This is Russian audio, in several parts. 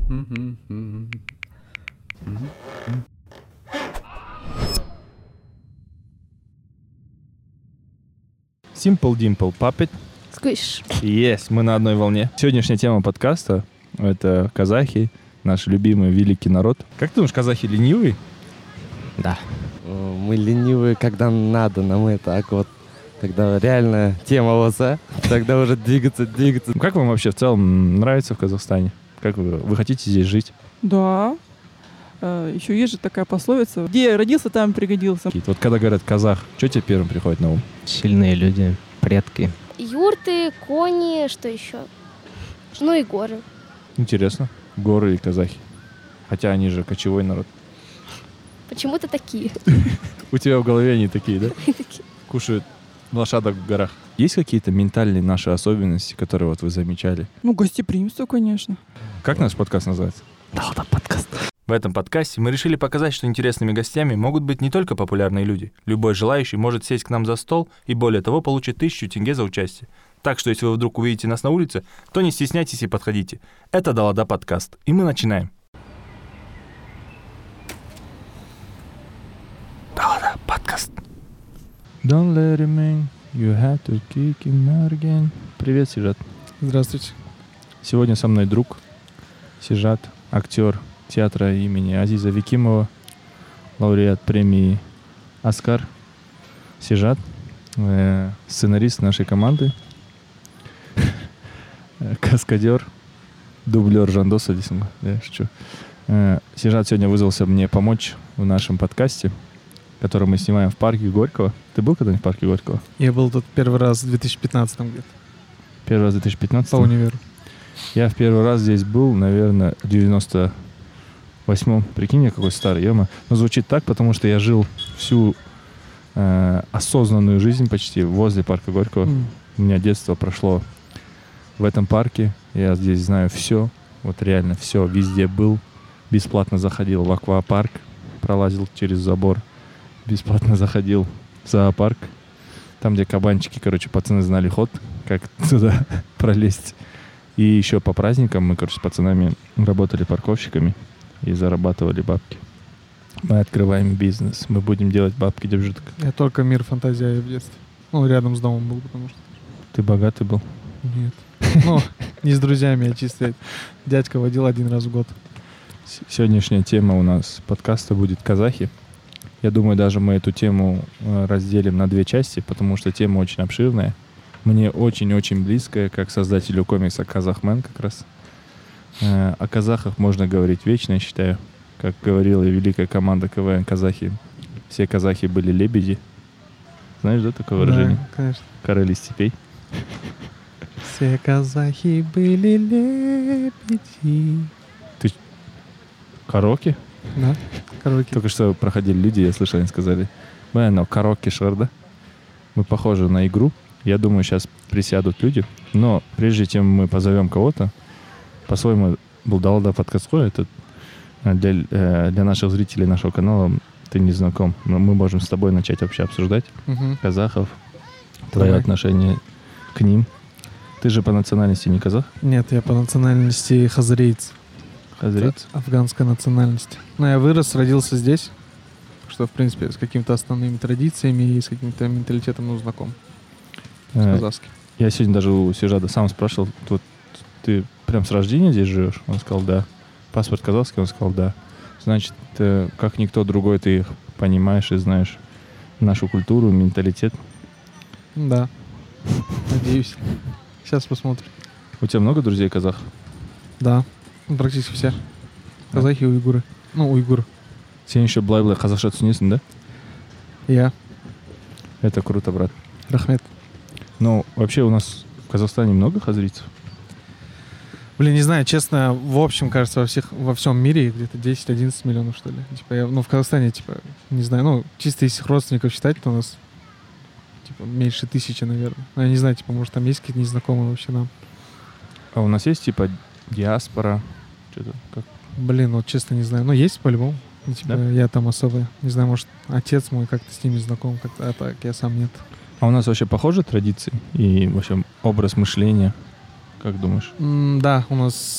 Simple Dimple Puppet. Сквиш. Есть, мы на одной волне. Сегодняшняя тема подкаста — это казахи, наш любимый великий народ. Как ты думаешь, казахи ленивые? Да. Мы ленивые, когда надо, нам и так вот. Когда реально тема лоса, тогда уже двигаться. Как вам вообще в целом нравится в Казахстане? Как вы хотите здесь жить? Да. Еще есть же такая пословица: где родился, там пригодился. Вот когда говорят казах, что тебе первым приходит на ум? Сильные люди, предки. Юрты, кони, что еще? Ну и горы. Интересно. Горы и казахи. Хотя они же кочевой народ. Почему-то такие. У тебя в голове они такие, да? Кушают лошадок в горах. Есть какие-то ментальные наши особенности, которые вот вы замечали? Ну, гостеприимство, конечно. Как наш подкаст называется? Да, подкаст. В этом подкасте мы решили показать, что интересными гостями могут быть не только популярные люди. Любой желающий может сесть к нам за стол и, более того, получить 1000 тенге за участие. Так что, если вы вдруг увидите нас на улице, то не стесняйтесь и подходите. Это Далада подкаст, и мы начинаем. Далада подкаст. Don't let him in, you have to kick him out again. Привет, Сижат. Здравствуйте. Сегодня со мной друг Сижат, актер театра имени Азиза Викимова, лауреат премии «Оскар». Сижат, сценарист нашей команды, каскадер, дублер Жандоса. Сижат сегодня вызвался мне помочь в нашем подкасте, который мы снимаем в парке Горького. Ты был когда-нибудь в парке Горького? Я был тут первый раз в 2015 где-то. Первый раз в 2015? По универу. Я в первый раз здесь был, наверное, в 98-м. Прикинь, я какой старый, ё-моё. Но звучит так, потому что я жил всю осознанную жизнь почти возле парка Горького. У меня детство прошло в этом парке. Я здесь знаю все. Вот реально все. Везде был. Бесплатно заходил в аквапарк. Пролазил через забор. Бесплатно заходил в зоопарк. Там, где кабанчики, пацаны знали ход, как туда пролезть. И еще по праздникам мы, с пацанами работали парковщиками и зарабатывали бабки. Мы открываем бизнес. Мы будем делать бабки, держитка. Я только мир фантазии в детстве. Ну, рядом с домом был, потому что... Ты богатый был? Нет. Ну, не с друзьями, а чисто дядька водил один раз в год. Сегодняшняя тема у нас подкаста будет казахи. Я думаю, даже мы эту тему разделим на 2 части, потому что тема очень обширная. Мне очень-очень близкая, как создателю комикса «Казахмен» как раз. О казахах можно говорить вечно, я считаю. Как говорила великая команда КВН «Казахи», все казахи были лебеди. Знаешь, да, такое выражение? Да, конечно. Короли степей. Все казахи были лебеди. Ты караоке? Да, караоке. Только что проходили люди, я слышал, они сказали: «Bueno, караоке шарда». Мы похожи на игру. Я думаю, сейчас присядут люди. Но прежде чем мы позовем кого-то, по-своему, был Далада подкаст. Это для наших зрителей нашего канала, ты не знаком. Но мы можем с тобой начать вообще обсуждать казахов, твое отношение к ним. Ты же по национальности не казах? Нет, я по национальности хазарейц. Хазарейц? Афганская национальность. Но я вырос, родился здесь, что, в принципе, с какими-то основными традициями и с каким-то менталитетом, знаком. С казахским. Я сегодня даже у Сижада сам спрашивал: вот ты прям с рождения здесь живешь? Он сказал: да. Паспорт казахский? Он сказал: да. Значит, как никто другой, ты их понимаешь и знаешь нашу культуру, менталитет. Да. Надеюсь. Сейчас посмотрим. У тебя много друзей казахов? Да. Практически все. Казахи и уйгуры. Ну, уйгур. Сен еще былай-былай қазақша түсінесің, да? Я. Это круто, брат. Рахмет. Ну, вообще у нас в Казахстане много хазарийцев? Блин, не знаю, честно, в общем, кажется, во всем мире где-то 10-11 миллионов, что ли. В Казахстане, не знаю, чисто из родственников считать, то у нас, меньше 1000, наверное. Но я не знаю, может, там есть какие-то незнакомые вообще нам. А у нас есть, диаспора? Что-то как? Блин, честно, не знаю. Есть по-любому. Да? Я там особо, не знаю, может, отец мой как-то с ними знаком, а так я сам нет. А у нас вообще похожи традиции и, в общем, образ мышления? Как думаешь? Да, у нас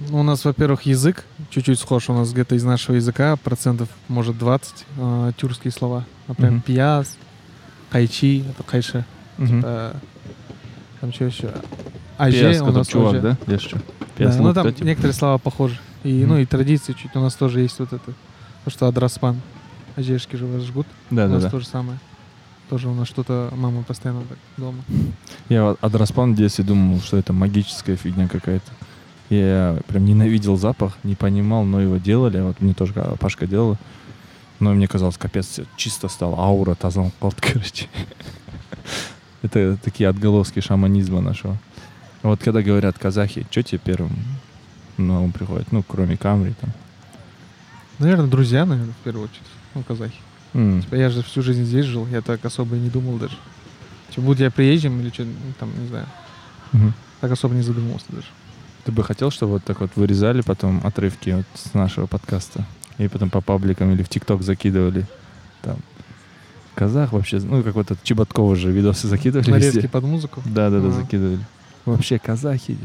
Ну, у нас, во-первых, язык чуть-чуть схож. У нас где-то из нашего языка процентов, может, 20 тюркские слова. Например, Мгм. пияс, кайчи, это кайше. Мгм. Там что еще? Аже Пес, у который нас чувак, тоже. да? Я что? Да, Пес, ну лук, там да, типа? некоторые слова похожи. И, Мгм. ну и традиции чуть. У нас тоже есть вот это. То, что адраспан. Ажешки же вас жгут. Да, У да, нас да. то же самое. Тоже у нас что-то мама постоянно так дома. Я вот Адраспан в детстве думал, что это магическая фигня какая-то. Я прям ненавидел запах, не понимал, но его делали. Вот мне тоже Пашка делала. Но мне казалось, капец, чисто стало. Аура тазан калды, короче. Это такие отголоски шаманизма нашего. Вот когда говорят казахи, что тебе первым на ум приходит? Ну, кроме Камри там. Наверное, друзья, наверное, в первую очередь. Ну, казахи. М. Типа, я же всю жизнь здесь жил, я так особо и не думал даже. Типа, будь я приезжим или что, там, не знаю. Мгм. Так особо не задумывался даже. Ты бы хотел, чтобы вот так вот вырезали потом отрывки вот с нашего подкаста и потом по пабликам или в ТикТок закидывали там казах вообще, ну как вот этот Чеботкова же видосы закидывали Нарезки везде. под музыку. Да, Ага. закидывали. Вообще казахи.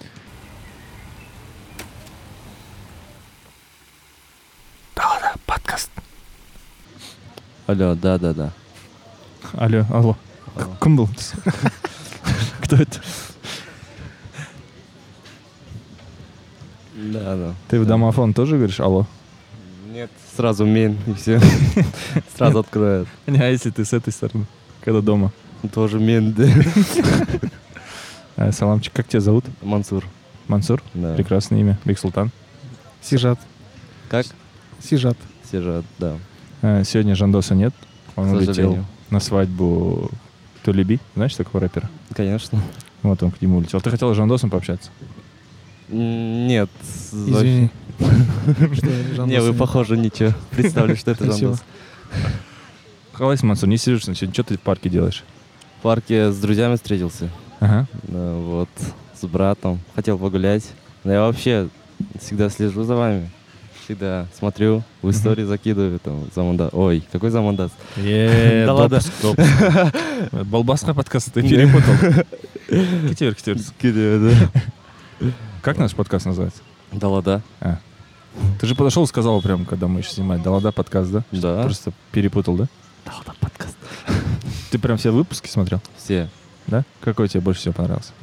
Да, подкаст. Алло, да. Алло. Алло. Кім был? Кто это? Да. Ты в домофон тоже говоришь алло? Нет, сразу мен, и все. Сразу откроют. А если ты с этой стороны, когда дома? Тоже мен, да. Саламчик, как тебя зовут? Мансур. Мансур? Да. Прекрасное имя. Бексултан. Сижат. Как? Сижат. Сижат, да. Сегодня Жандоса нет. Он К улетел сожалению. на свадьбу Толеби. Знаешь такого рэпера? Конечно. Вот он к нему улетел. Ты хотел с Жандосом пообщаться? Нет. Извини. Что Жандоса Не, вы нет. похожи ничего. Представлю, что это Спасибо. Жандос. Халайс, Мансур, не серьезно сегодня. Что ты в парке делаешь? В парке с друзьями встретился. Ага. Да, вот. С братом. Хотел погулять. Но я вообще всегда слежу за вами. Всегда смотрю, в истории закидываю там замандас. Ой, какой замандас? Да ладно. Балбаска подкаст, ты перепутал. Кетевер. Как наш подкаст называется? Да ладно. Ты же подошел и сказал прям, когда мы еще снимали. Да, подкаст, да? Да. Просто перепутал, да? Да ладно, подкаст. Ты прям все выпуски смотрел? Все. Да? Какой тебе больше всего понравился?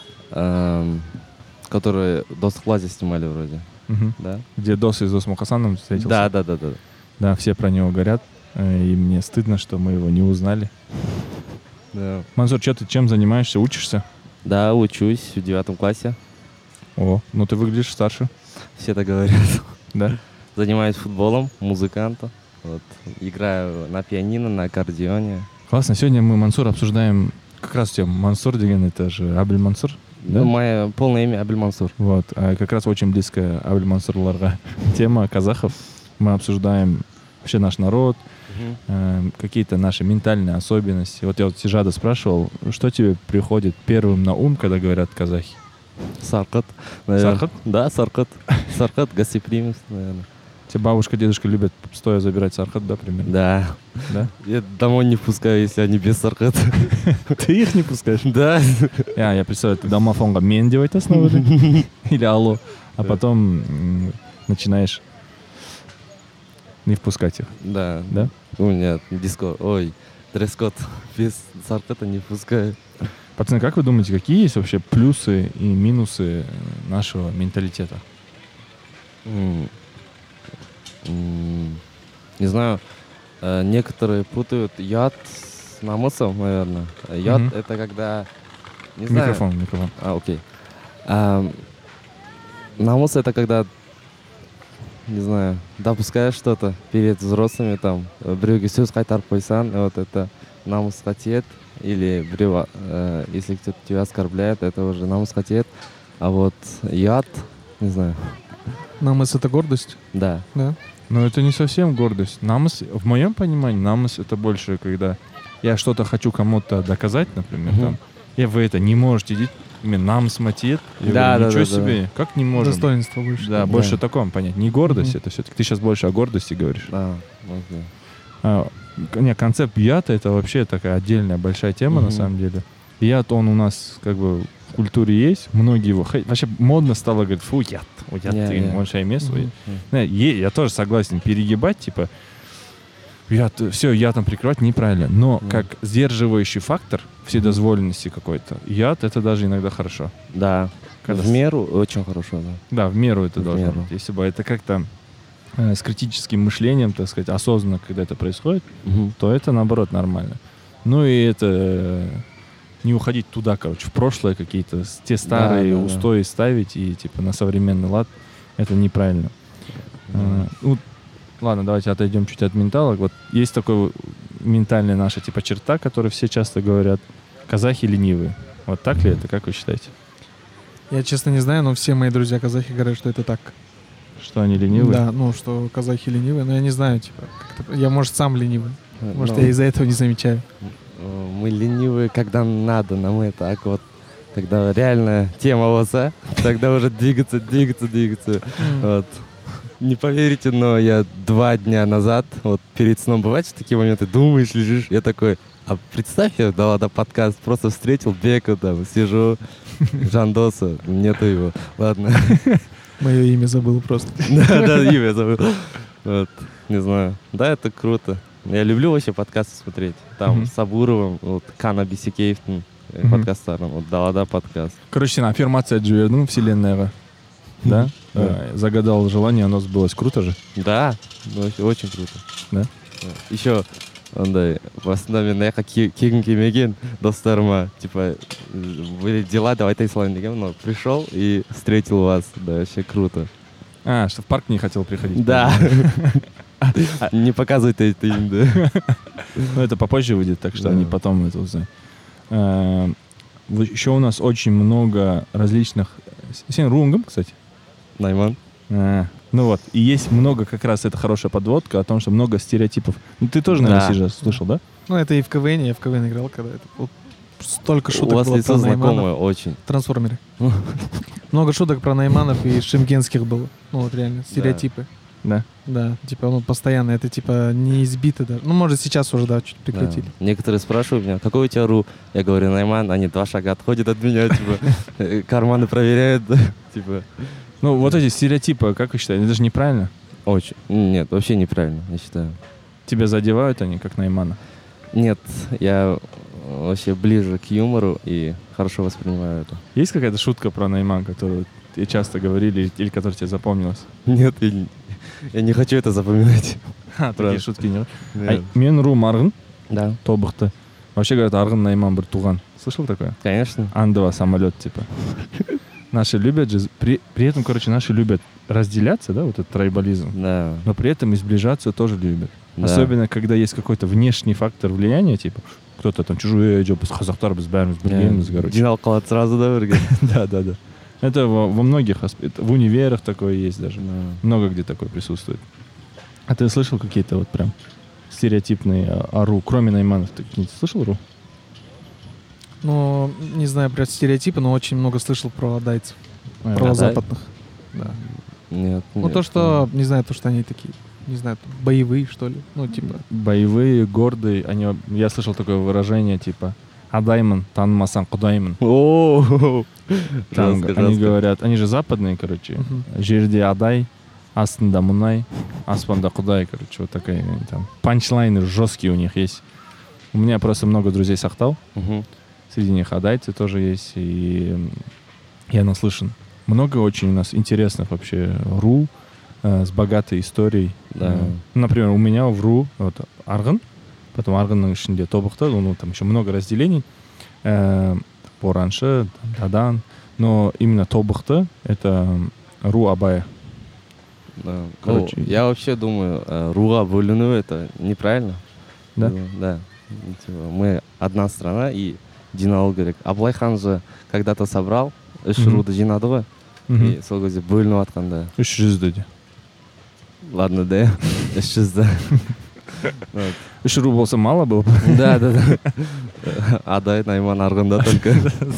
Которые до классе снимали вроде. Мгм. Да? Где Дос с Досом Хасаном встретился? Да. Да, все про него говорят. И мне стыдно, что мы его не узнали. Да. Мансур, что ты чем занимаешься? Учишься? Да, учусь в 9 классе. О, ну ты выглядишь старше. Все так говорят. Да? Занимаюсь футболом, музыкантом. Вот. Играю на пианино, на аккордеоне. Классно. Сегодня мы, Мансур, обсуждаем как раз тему. Мансур деген, это же Абель Мансур. Да? Ну, мое полное имя Абель Мансур. Вот. А как раз очень близкая Абель Мансурларга тема казахов. Мы обсуждаем вообще наш народ, какие-то наши ментальные особенности. Вот я вот Сижада спрашивал, что тебе приходит первым на ум, когда говорят казахи? Саркат. наверное. Саркат? Да, Саркат. Саркат, гостеприимность, наверное. Тебе бабушка, дедушка любят стоя забирать саркат, да, примерно? Да. Да? Я домой не пускаю, если они без Сарката. Ты их не пускаешь? Да. Я представляю, ты домофонға мен деп айтасың сначала или алло, а потом начинаешь не впускать их. Да. Да? У меня дресс-код без Сарката не пускаю. Пацаны, как вы думаете, какие есть вообще плюсы и минусы нашего менталитета? Не знаю, некоторые путают яд с намысом, наверное. Яд Мгм. это когда... Не знаю. Микрофон. Окей. Намыс это когда, не знаю, допускаешь что-то перед взрослыми, там, біреуге сөз қайтарып қойсаң, вот это намысқа тиет, или если кто-то тебя оскорбляет, это уже намысқа тиет. А вот яд, не знаю, Намыс — это гордость, да. да? Но это не совсем гордость. Намыс, в моем понимании, намыс это больше, когда я что-то хочу кому-то доказать, например, Мгм. там, и вы это не можете делать, именно намыс матиет. Я Да, говорю, да, ничего да, себе, как не можем? Достоинство больше. Да, Да. больше таком понять. Не гордость, Мгм. это все-таки ты сейчас больше о гордости говоришь. Окей. Не, концепт яда это вообще такая отдельная большая тема на Мгм. самом деле. Яд, он у нас как бы в культуре есть, многие его вообще модно стало говорить, фу, яд, уят Не, деген не. онша емес. Мгм. Я тоже согласен, перегибать, типа, все, ятом прикрывать неправильно. Но Да. как сдерживающий фактор вседозволенности какой-то, яд это даже иногда хорошо. Да. Когда В меру очень хорошо, да. Да, в меру это В должно меру. быть. Если бы это как-то с критическим мышлением, так сказать, осознанно, когда это происходит, Мгм. то это, наоборот, нормально. Ну и это не уходить туда, короче, в прошлое какие-то, те старые да, да. устои ставить и, типа, на современный лад, это неправильно. Ну, ладно, давайте отойдем чуть от менталок. Вот есть такой ментальная наша, типа, черта, которую все часто говорят, казахи ленивые. Вот так ли это, как вы считаете? Я, честно, не знаю, но все мои друзья-казахи говорят, что это так. Что они ленивые? Да, ну, что казахи ленивые, но я не знаю, типа, как-то, я, может, сам ленивый. Может, Ну, я из-за этого не замечаю. Мы ленивые, когда надо, но мы так вот, когда реально тема болса, тогда уже двигаться. Вот. Не поверите, но я 2 дня назад, вот перед сном, бывает в такие моменты, думаешь, лежишь, я такой, а представь, я дала подкаст, просто встретил Бека там, сижу, Жандоса, нету его, ладно. Мое имя забыл просто. Да, имя забыл. Вот, не знаю. Да, это круто. Я люблю вообще подкасты смотреть. Там Мгм. с Абуровым, вот Кана Бисекеевтің Мгм. подкасттарын, вот Далада подкаст. Короче, сен аффирмация жібердің вселенныйға. Да? Да. Загадал желание, оно сбылось. Круто же? Да, ну, вообще очень круто. Да? Еще ондай басында мен мына жаққа келгім келмеген достарыма, типа, были дела, давай айта салайын деген, но пришел и встретил вас. Да, вообще круто. Что в парк не хотел приходить. Да. Не показывай это им, да. Ну, это попозже выйдет, так что Да. они потом это узнают. Еще у нас очень много различных... Сен рунгом, кстати. Найман. Ну вот, и есть много, как раз это хорошая подводка о том, что много стереотипов. Ну, ты тоже, наверное, Да. сейчас слышал, да? Ну, это и в КВН, я в КВН играл, когда это... Вот, столько У шуток вас было лицо про Найманов. знакомое очень. Трансформеры. Много шуток про Найманов и Шимкенских было. Ну, вот реально, стереотипы. Да. Да, типа, ну, постоянно это, типа, не избито даже. Ну, может, сейчас уже, да, чуть прекратили. Да. Некоторые спрашивают меня, какой у тебя ру? Я говорю, Найман, они 2 шага отходят от меня, типа, карманы проверяют, типа. Ну, вот эти стереотипы, как вы считаете, это же неправильно? Очень. Нет, вообще неправильно, я считаю. Тебя задевают они, как Наймана? Нет, я вообще ближе к юмору и хорошо воспринимаю это. Есть какая-то шутка про Найман, которую тебе часто говорили или которая тебе запомнилась? Нет, я не хочу это запоминать. Такие Правда. шутки не... Нет. Мен ру марғын, Да, тобықты. Вообще говорят, арғын Найман бір туған. Слышал такое? конечно. Андова самолет, типа. Наши любят же... При этом, короче, наши любят разделяться, да, вот этот трайбализм. Да. Но при этом и сближаться тоже любят. Да. Особенно, когда есть какой-то внешний фактор влияния, типа, кто-то там чужой идет, біз қазақтар, біз бәріміз біргеміз, короче. Динал қалады сразу, да, бірге? Да. Это во многих аспектах. В универах такое есть даже. Да. Много где такое присутствует. А ты слышал какие-то вот прям стереотипные ару, кроме Найманов? Ты какие-нибудь слышал ру? Ну, не знаю про стереотипы, но очень много слышал про адайцев. Про Адай? западных. Да. Нет, Ну, нет. то, что, не знаю, то, что они такие, не знаю, там, боевые, что ли. Ну, типа, Боевые, гордые. Я слышал такое выражение, типа, адайман, танмасан кудайман. О, Там жестко, они жестко. говорят, они же западные, короче. Мгм. Жерде адай, астында мунай, аспанда кудай, короче, вот такая там. Панчлайны жесткие у них есть. У меня просто много друзей сахтал. Мгм. Среди них адайцы тоже есть. И я наслышан. Много очень у нас интересных вообще ру с богатой историей. Да. Например, у меня в ру вот, арғын, потом арғынның ішінде тобықты, ну, там еще много разделений. Бораншы, дадан. Но именно тобықты — это ру Абая. Да. Короче, Ну, я вообще думаю, руға бөліну это неправильно. Да? Да. Ну, типа, мы одна страна, и Динал керек. Абылай хан же когда-то собрал, үш Мгм. руды жинады ғой, и сол кезде бөлініп жатқанда. 300 де. Ладно, да, 300. Вот. 3 ру болса мало было бы. Да. Адай, Найман, Арғында только.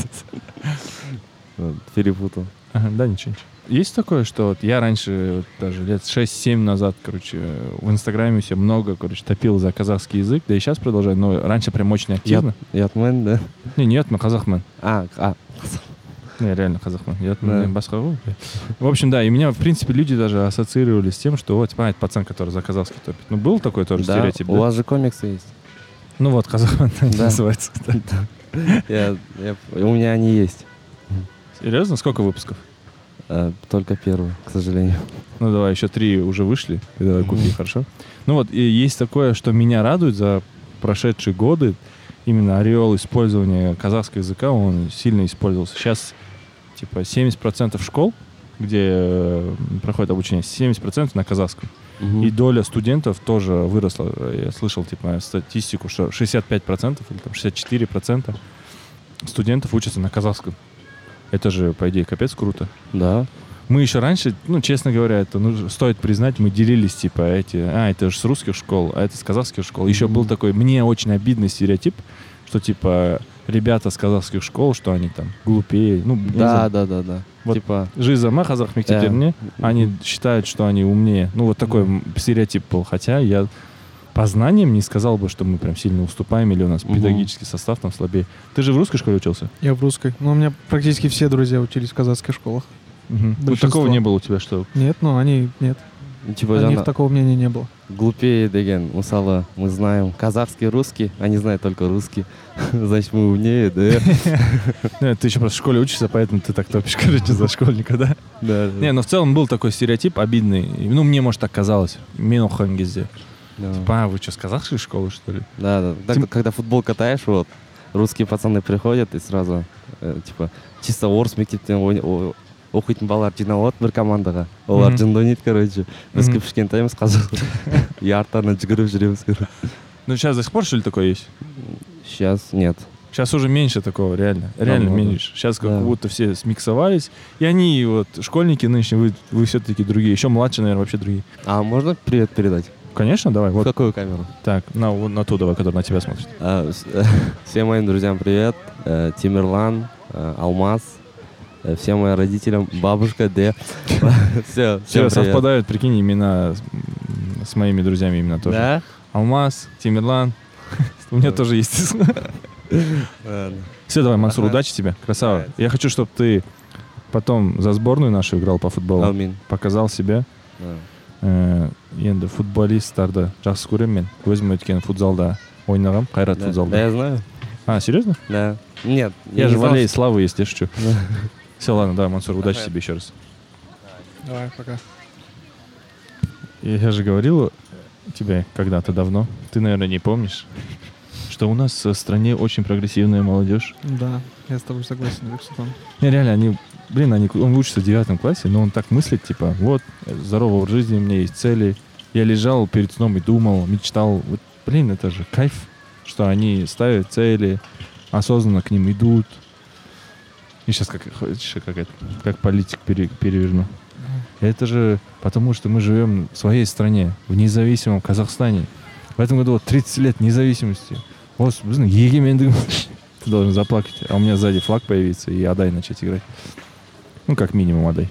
Вот, перепутал. Ага, да, ничего. Есть такое, что вот я раньше, вот даже лет 6-7 назад, короче, в Инстаграме все много, короче, топил за казахский язык, да и сейчас продолжаю, но раньше прям очень активно. Ятмен, да? Нет, мы казахман. Не, реально казахман. Я Да. басқа. В общем, да, и меня, в принципе, люди даже ассоциировали с тем, что вот, типа, это пацан, который за казахский топит. Ну, был такой тоже Да, стереотип, у да? вас же комиксы есть. Ну вот, казахман Да. называется. Да. У меня они есть. Серьезно? Сколько выпусков? Только первый, к сожалению. Ну, давай, еще 3 уже вышли. И давай купи, хорошо? Ну вот, и есть такое, что меня радует за прошедшие годы. Именно ореол использования казахского языка, он сильно использовался. Сейчас, типа, 70% школ, где проходит обучение, 70% на казахском. Мгм. И доля студентов тоже выросла. Я слышал, типа, статистику, что 65% или там 64% студентов учатся на казахском. Это же, по идее, капец круто. Да. Мы еще раньше, ну, честно говоря, это стоит признать, мы делились, типа, это же с русских школ, а это с казахских школ. Еще был такой, мне очень обидный стереотип, что, типа, ребята с казахских школ, что они там глупее. Ну, я не знаю. Да. Вот Типа, Жизама казах мектептеріне, они считают, что они умнее. Ну, вот такой стереотип был. Хотя я по знаниям не сказал бы, что мы прям сильно уступаем или у нас педагогический состав там слабее. Ты же в русской школе учился? Я в русской. Но у меня практически все друзья учились в казахских школах. Ну, Большинство. такого не было у тебя, что... Нет, ну они нет. типа, У них жана, такого мнения не было. глупее деген. Мысалы, мы знаем казахский, русский, они знают только русский. Значит, мы умнее, да? Ты еще просто в школе учишься, поэтому ты так топишь, короче, за школьника, да? Да. Не, но в целом был такой стереотип обидный. Ну, мне, может, так казалось. Мен оқыған кезде. Типа, вы что, с казахской школы, что ли? Да. Когда футбол катаешь, вот, русские пацаны приходят и сразу, типа, чисто орыс мектептен оқитын балалар жиналады бір командаға. Олар Мгм. жынды ойнайды, короче. Біз Мгм. кішкентаймыз қазақ. И арттарынан жүгіріп жүреміз, короче. Ну, сейчас до сих пор, что ли, такое есть? Сейчас нет. Сейчас уже меньше такого, реально. Реально Намного. меньше. Сейчас как Да. будто все смиксовались. И они, вот, школьники нынешние, вы все-таки другие. Еще младшие, наверное, вообще другие. А можно привет передать? Конечно, давай. В Вот какую камеру? так, на ту давай, которая на тебя смотрит. Всем моим друзьям привет. Тимирлан, Алмаз. Всем моим родителям, бабушка, Д. Все, Все совпадают, прикинь, имена с моими друзьями именно тоже. Да? Алмаз, Тимирлан. У меня тоже есть. Ладно. Все, давай, Мансур, Ага. удачи тебе. Красава. Давай. Я хочу, чтобы ты потом за сборную нашу играл по футболу. Амин. Показал себя. Енді футболисттарды жақсы көремін мен. Өзім өткен футзалда ойнағам, Қайрат Да, футзалда. я знаю. А, серьезно? Да. Нет. Я же не знал, валей что- славы, если что. Все, ладно, давай, Мансур, удачи Ага. тебе еще раз. Давай, пока. Я же говорил тебе когда-то давно, ты, наверное, не помнишь, что у нас в стране очень прогрессивная молодежь. Да, я с тобой согласен, Рексутон. Не, реально, он учится в 9 классе, но он так мыслит, типа, вот, здоровый образ жизни, у меня есть цели. Я лежал перед сном и думал, мечтал. Вот, это же кайф, что они ставят цели, осознанно к ним идут. И сейчас как политик переверну. Это же потому, что мы живем в своей стране, в независимом Казахстане. В этом году вот 30 лет независимости. Вот, егемендігім. Ты должен заплакать, а у меня сзади флаг появится и Адай начать играть. Ну, как минимум Адай.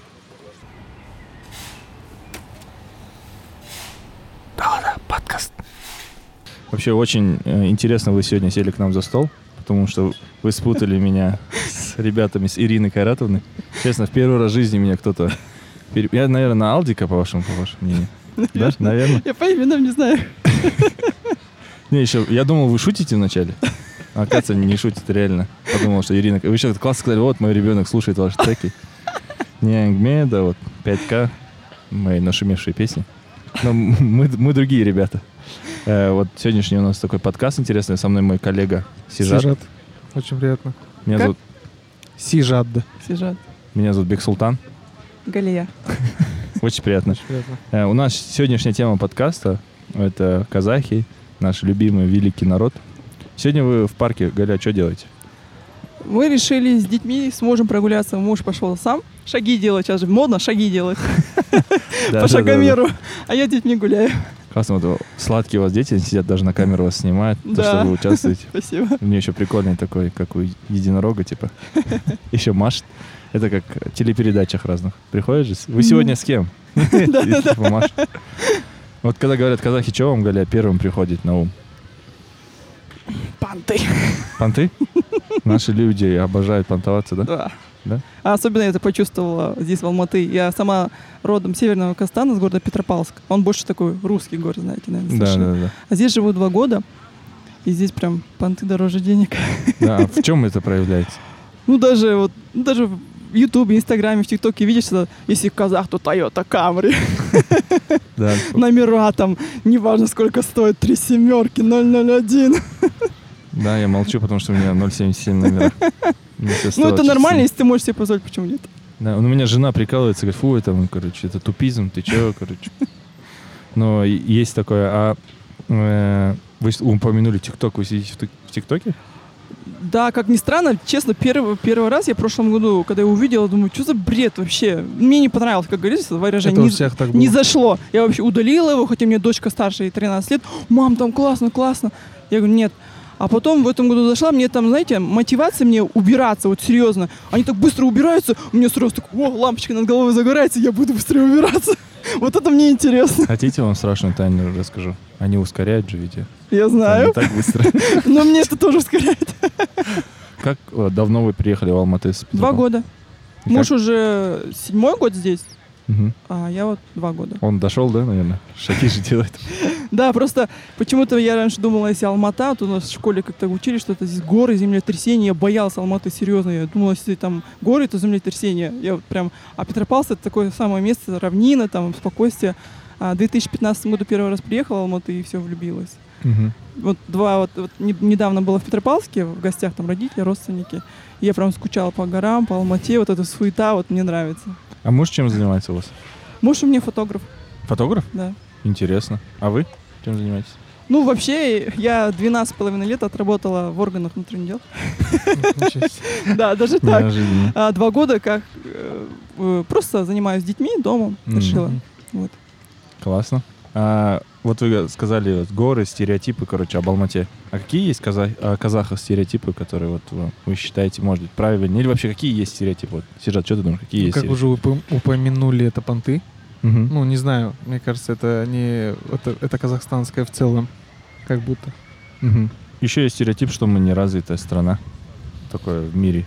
Да, подкаст. Вообще, очень интересно вы сегодня сели к нам за стол, потому что вы спутали меня с ребятами, с Ириной Кайратовной. Честно, в первый раз в жизни меня кто-то... Я, наверное, на Алдика, по вашему мнению. Да, наверное? Я по именам не знаю. Не, еще, я думал, вы шутите вначале. А оказывается, не шутит реально. Подумал, что Ирина... Вы еще классно сказали, вот мой ребенок слушает ваши треки. Не Ангме, да, вот 5К, мои нашумевшие песни. Но мы другие ребята. Вот сегодняшний у нас такой подкаст интересный. Со мной мой коллега Сижат. Очень приятно. Меня Как? зовут Сижад. Сижат. Бексултан. Галия. Очень приятно. Очень приятно. У нас сегодняшняя тема подкаста — это казахи, наш любимый великий народ. Сегодня вы в парке, Галя, что делаете? Мы решили с детьми сможем прогуляться. Муж пошел сам шаги делать. Сейчас же модно шаги делать по шагомеру. А я с детьми гуляю. Классно, вот сладкие у вас дети сидят, даже на камеру вас снимают, то, Да. что вы участвуете. Спасибо. У меня еще прикольный такой, как у единорога, типа. Еще машет. Это как в телепередачах разных. Приходишь же, вы сегодня с кем? И типа машет. Вот когда говорят казахи, что вам, Галя, первым приходит на ум? Панты. Понты? Наши люди обожают понтоваться, да? Да. Да? А особенно я это почувствовала здесь, в Алматы. Я сама родом с Северного Казахстана, с города Петропавловск. Он больше такой русский город, знаете, наверное, Да, слышали. да, да. А здесь живу 2 года, и здесь прям понты дороже денег. Да, а в чем это проявляется? Даже в Ютубе, Инстаграме, в ТикТоке видишь, что если казах, то Toyota Camry. Да. Номера там, неважно сколько стоит, 3 семерки, 001. Да, я молчу, потому что у меня 0,77 номера. Ну это нормально, если ты можешь себе позволить, почему нет? Да, у меня жена прикалывается, говорит, фу, это, короче, это тупизм, ты чё, короче. Но есть такое, вы упомянули ТикТок, вы сидите в ТикТоке? Да, как ни странно, честно, первый раз я в прошлом году, когда я увидела, думаю, что за бред вообще? Мне не понравилось, как говорится, выражение. Это у всех так было. Не зашло. Я вообще удалила его, хотя мне дочка старше, ей 13 лет. Мам, там классно, классно. Я говорю, нет. А потом в этом году зашла, мне там, знаете, мотивация мне убираться, вот серьезно. Они так быстро убираются, у меня сразу так, о, лампочка над головой загорается, я буду быстрее убираться. Вот это мне интересно. Хотите, вам страшную тайну расскажу? Они ускоряют же видео. Я Не знаю, так быстро. но мне это тоже ускоряет. Как давно вы приехали в Алматы? 2 года. И как? Муж уже 7-й год здесь, Мгм. а я вот 2 года. Он дошел, да, наверное? Шаги же делает. Да, просто почему-то я раньше думала, если Алмата, то у нас в школе как-то учили, что это здесь горы, землетрясения. Я боялась Алматы, серьезно. Я думала, если там горы, то землетрясения. Я вот прям... А Петропавловск — это такое самое место, равнина, там, спокойствие. А в 2015 году первый раз приехала в Алмату и все, влюбилась. Мгм. Вот недавно была в Петропавловске, в гостях там родители, родственники. И я прям скучала по горам, по Алмате, вот эта суета, вот мне нравится. А муж чем занимается у вас? Муж у меня фотограф, Фотограф? да. Интересно. А вы чем занимаетесь? Ну, вообще, я 12,5 лет отработала в органах внутренних дел. Ничего себе. Да, даже так. Неожиданно. 2 года как просто занимаюсь детьми, домом, решила. Мгм. Вот. Классно. Вот вы сказали вот, горы, стереотипы, короче, об Алмате. А какие есть о казахах стереотипы, которые вот вы считаете, может быть, правильные? Или вообще какие есть стереотипы? Вот, Сержат, что ты думаешь, какие Ну, есть как уже упомянули, это понты. Мгм. Ну, не знаю, мне кажется, это не... Это казахстанское в целом, как будто. Мгм. Еще есть стереотип, что мы неразвитая страна. Такое в мире.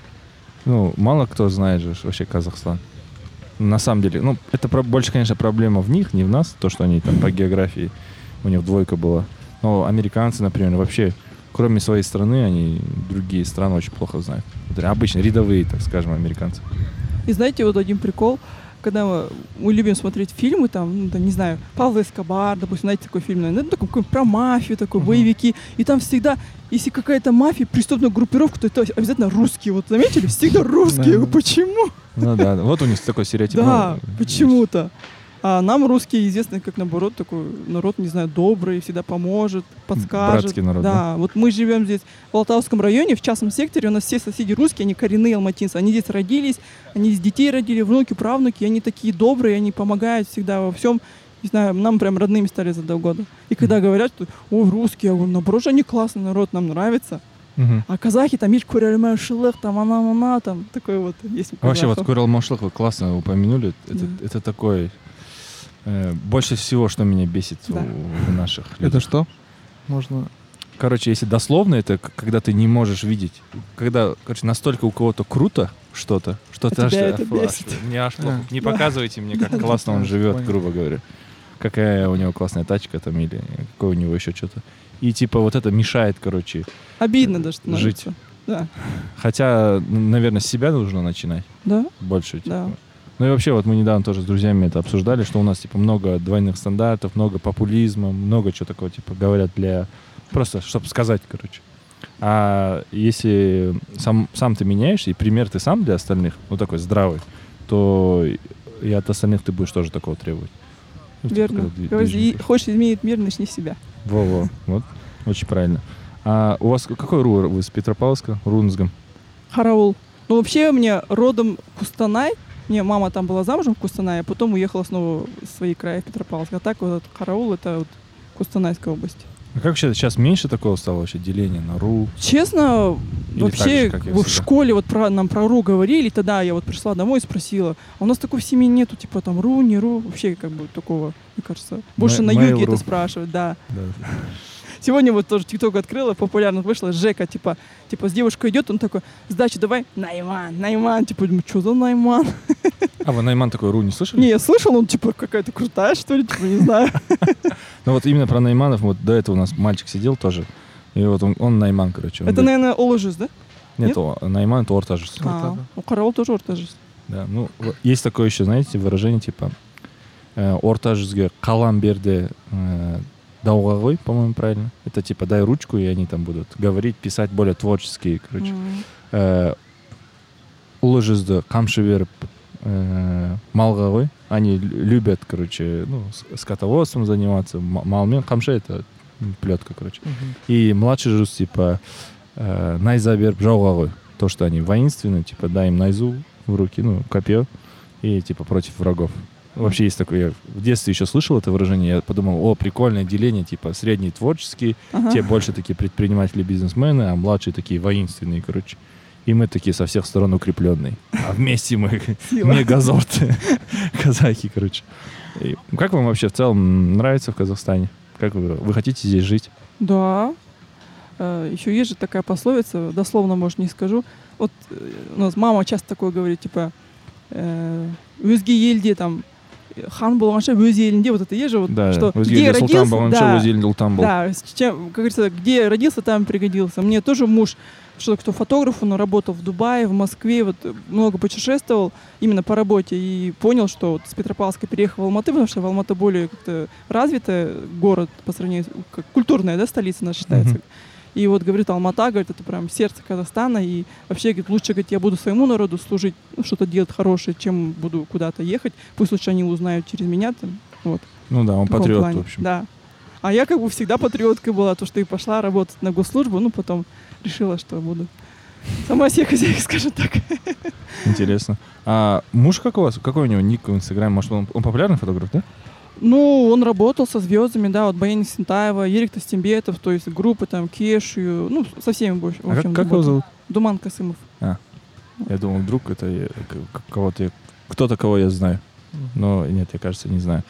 Ну, мало кто знает же вообще Казахстан. На самом деле, ну, это больше, конечно, проблема в них, не в нас, то, что они там по географии, у них 2 была. Но американцы, например, вообще, кроме своей страны, они другие страны очень плохо знают. Вот обычно рядовые, так скажем, американцы. И знаете, вот один прикол, когда мы любим смотреть фильмы, там, ну, да, не знаю, Павло Эскобар, допустим, знаете, такой фильм, наверное, такой про мафию, такой, боевики, и там всегда, если какая-то мафия, преступная группировка, то это обязательно русские, вот заметили? Всегда русские, Да. Я говорю, почему? Ну да, вот у них такой стереотип. Да, ну, почему-то. А нам русские известны как, наоборот, такой народ, не знаю, добрый, всегда поможет, подскажет. Братский народ, да? Вот мы живем здесь в Алтавском районе, в частном секторе, у нас все соседи русские, они коренные алматинцы, они здесь родились, они здесь детей родили, внуки, правнуки, и они такие добрые, они помогают всегда во всем. Не знаю, нам прям родными стали за 2 года. И когда говорят, что, ой, русские, я говорю, наоборот, они классный народ, нам нравится. Мгм. А казахи, там, есть куряльмай-шылых, там, она, там, такой вот есть у А вообще, вот казахов. Курал-Машлык вы классно упомянули. Это такой... больше всего, что меня бесит Да. у наших людей. Это что? Можно... Короче, если дословно, это когда ты не можешь видеть. Когда, короче, настолько у кого-то круто что-то, что ты тебя это бесит. мне аж плохо. А. Не показывайте мне, как классно он живет, Понял. грубо говоря. Какая у него классная тачка там или какое у него еще что-то. И типа вот это мешает, короче, Обидно даже жить. становится. Да. Хотя, наверное, с себя нужно начинать Да? больше. Типа. Да. Ну и вообще, вот мы недавно тоже с друзьями это обсуждали, что у нас типа много двойных стандартов, много популизма, много чего такого типа говорят для... Просто, чтобы сказать, короче. А если сам ты меняешься, и пример ты сам для остальных, ну такой здравый, то и от остальных ты будешь тоже такого требовать. Ну, типа, Верно. когда Говорится, движение. хочешь изменить мир, начни с себя. Во-во, вот, очень правильно. А у вас какой РУ? Вы с Петропавловска? Рунсгом? Хараул. Ну, вообще, мне родом Кустанай. Мне мама там была замужем в Кустанае, а потом уехала снова в свои края, в Петропавловск. А так вот этот Хараул — это вот Кустанайская область. А как сейчас меньше такого стало вообще деления на РУ? Честно, Или вообще, так же, как и в всегда? школе вот нам про РУ говорили, тогда я вот пришла домой и спросила, а у нас такой в семье нету, типа там РУ, не РУ, вообще как бы такого, мне кажется. Больше на Mail.ru. юге это спрашивают, да. Да. Сегодня вот тоже ТикТок открыла, популярно вышло, Жека, типа с девушкой идет, он такой, сдачу давай, Найман, типа, думаю, что за Найман? А вы Найман такой ру не слышали? Не, я слышал, он типа какая-то крутая, что ли, типа, не знаю. Ну вот именно про Найманов, вот до этого у нас мальчик сидел тоже, и вот он Найман, короче. Это, наверное, Оложис, да? Нет, Найман это Ортажис. У Караул тоже Ортажис. Да, ну, есть такое еще, знаете, выражение, типа, Ортажисге калам берде дауға қой, по-моему, правильно. Это типа дай ручку, и они там будут говорить, писать более творческие, короче. Улы жүзді қамшы беріп малға қой. Они любят, короче, ну, скотоводством заниматься. Малмен қамшы это плетка, короче. И младший жүз, типа, найза беріп жауға қой. То, что они воинственны, типа, дай им найзу в руки, ну, копье, и типа против врагов. Вообще есть такое, я в детстве еще слышал это выражение, я подумал, о, прикольное деление, типа средние творческие, те больше такие предприниматели, бизнесмены, а младшие такие воинственные, короче. И мы такие со всех сторон укрепленные. А вместе мы мегазорты, казахи, короче. И как вам вообще в целом нравится в Казахстане? Как вы хотите здесь жить? Да. Еще есть же такая пословица, дословно, может, не скажу. Вот у нас мама часто такое говорит, типа, өзге елде там хан болғанша өз елінде, вот это есть же, вот, да, что где родился, да, да, как говорится, где родился, там пригодился. Мне тоже муж, кто фотограф, он работал в Дубае, в Москве, вот много путешествовал именно по работе и понял, что вот с Петропавловска переехал в Алматы, потому что в Алматы более как-то развитый город по сравнению, как культурная, да, столица наша считается. И вот, говорит, Алмата, говорит, это прям сердце Казахстана, и вообще, говорит, лучше, говорит, я буду своему народу служить, ну, что-то делать хорошее, чем буду куда-то ехать, пусть лучше они узнают через меня, там, вот. Ну да, он патриот, плане. В общем. Да. А я как бы всегда патриоткой была, то, что и пошла работать на госслужбу, ну, потом решила, что буду сама себе хозяйка, скажем так. Интересно. А муж как у вас? Какой у него ник в Инстаграме? Может, он популярный фотограф, да? Ну, он работал со звездами, да, вот Баян Сентаева, Ерик Тастембетов, то есть группы там Кешью, ну, со всеми больше. А как его зовут? Думан Касымов. Я думал, вдруг это кто-то, кого я знаю. Но нет, я, кажется, не знаю.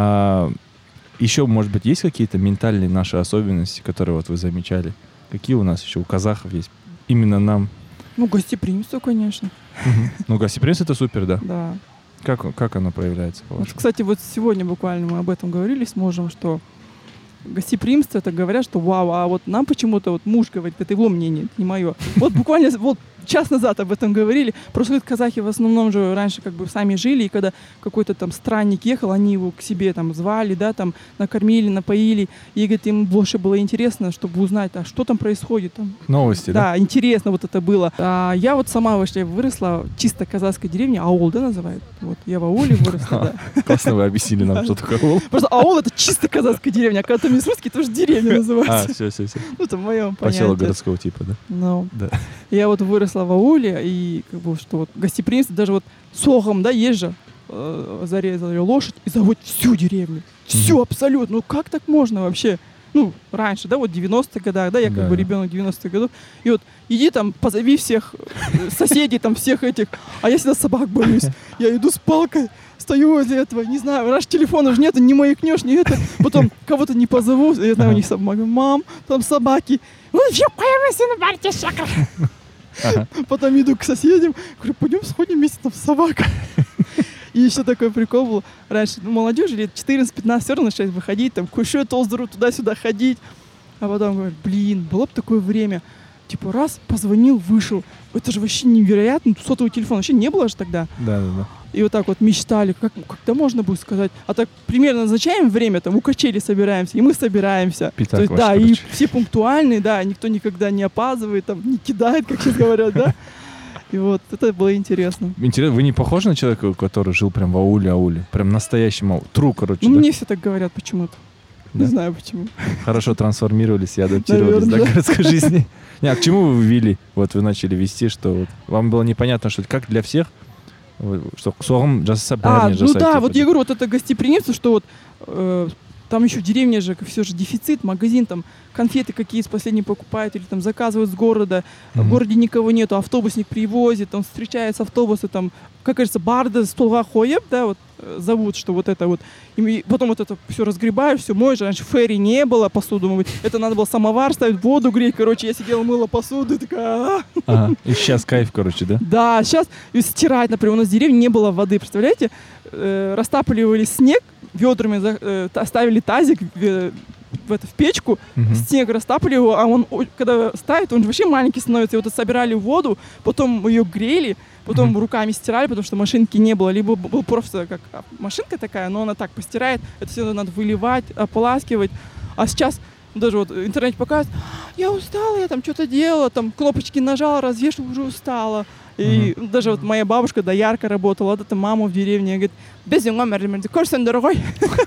Еще, может быть, есть какие-то ментальные наши особенности, которые вот вы замечали? Какие у нас еще у казахов есть? Именно нам. Ну, гостеприимство, конечно. Ну, гостеприимство — это супер, да? Да. Как оно проявляется? Вот, кстати, вот сегодня буквально мы об этом говорили с мужем, что гостеприимство — это говорят, что вау, а вот нам почему-то вот муж говорит, это его мнение, это не мое. Вот буквально вот час назад об этом говорили. Просто казахи в основном же раньше как бы сами жили, и когда какой-то там странник ехал, они его к себе там звали, да, там накормили, напоили, и, говорит, им больше было интересно, чтобы узнать, а что там происходит там. Новости, да? Да, интересно вот это было. А я вот сама вообще выросла в чисто казахской деревне, аул, да, называют? Вот, я в ауле выросла, да. Классно вы объяснили нам, что такое аул. Просто аул — это чисто казахская деревня, а когда там есть русские, тоже деревня называется. Все. Ну, это в моем понятии. Поселок городского типа, да? Ну, да. Я вот выросла в ауле, и как бы что вот гостеприимство, даже вот сохом, да, есть же, зарезали лошадь и зовут всю деревню. Всю абсолютно. Ну как так можно вообще? Ну, раньше, да, вот в 90-х годах, да, я как бы ребенок 90-х годов. И вот иди там, позови всех соседей, там, всех этих. А я всегда собак боюсь. Я иду с палкой, стою возле этого, не знаю, раньше телефона же нету, не маякнешь, не это. Потом кого-то не позову, я знаю, у них собака, мам, там собаки. Потом иду к соседям, говорю, пойдем сходим вместе там с собакой. И еще такой прикол был. Раньше молодежи лет 14-15 все равно начали выходить, там, кушай, толздору, туда-сюда ходить. А потом говорят, блин, было бы такое время. Типа раз, позвонил, вышел. Это же вообще невероятно. Сотовый телефон вообще не было же тогда. Да. И вот так вот мечтали, когда можно будет сказать. А так примерно назначаем время, там у качели собираемся, и мы собираемся. Пятак то есть, ваш, да, короче. и все пунктуальные, да, никто никогда не опаздывает, там, не кидает, как сейчас говорят, да. И вот, это было интересно. Интересно, вы не похожи на человека, который жил прям в ауле? Прям настоящим ауле? Тру, короче, Ну, да? мне все так говорят почему-то. Да? Не знаю почему. Хорошо трансформировались и адаптировались, Наверное, да, да. к городской жизни. А к чему вы ввели? Вот вы начали вести, что вот вам было непонятно, что как для всех, что соғым жасаса бәріне Ну жасайды. да, типа, вот я говорю, вот это гостеприимство, что вот там еще в деревне же все же дефицит, магазин, там конфеты какие из последних покупают или там заказывают с города, в городе никого нету, автобусник привозит, там встречается автобусы, там, как говорится, барды, столга хоеб, да, вот зовут, что вот это вот, и потом вот это все разгребаешь, все моешь, раньше ферри не было, посуду мыть, это надо было самовар ставить, воду греть, короче, я сидела, мыла посуду, и такая... Ага. И сейчас кайф, короче, да? Да, сейчас стирать, например, у нас в деревне не было воды, представляете, растапливали снег, ведрами ставили тазик в печку, снег растапали его, а он, когда ставит, он вообще маленький становится. И вот собирали воду, потом ее грели, потом руками стирали, потому что машинки не было. Либо был просто как машинка такая, но она так постирает, это все надо выливать, ополаскивать. А сейчас даже вот в интернете показывают, я устала, я там что-то делала, там кнопочки нажала, развешивала, уже устала. И даже вот моя бабушка доярка работала, вот эта мама в деревне, говорит, без номер, курсен дорогой.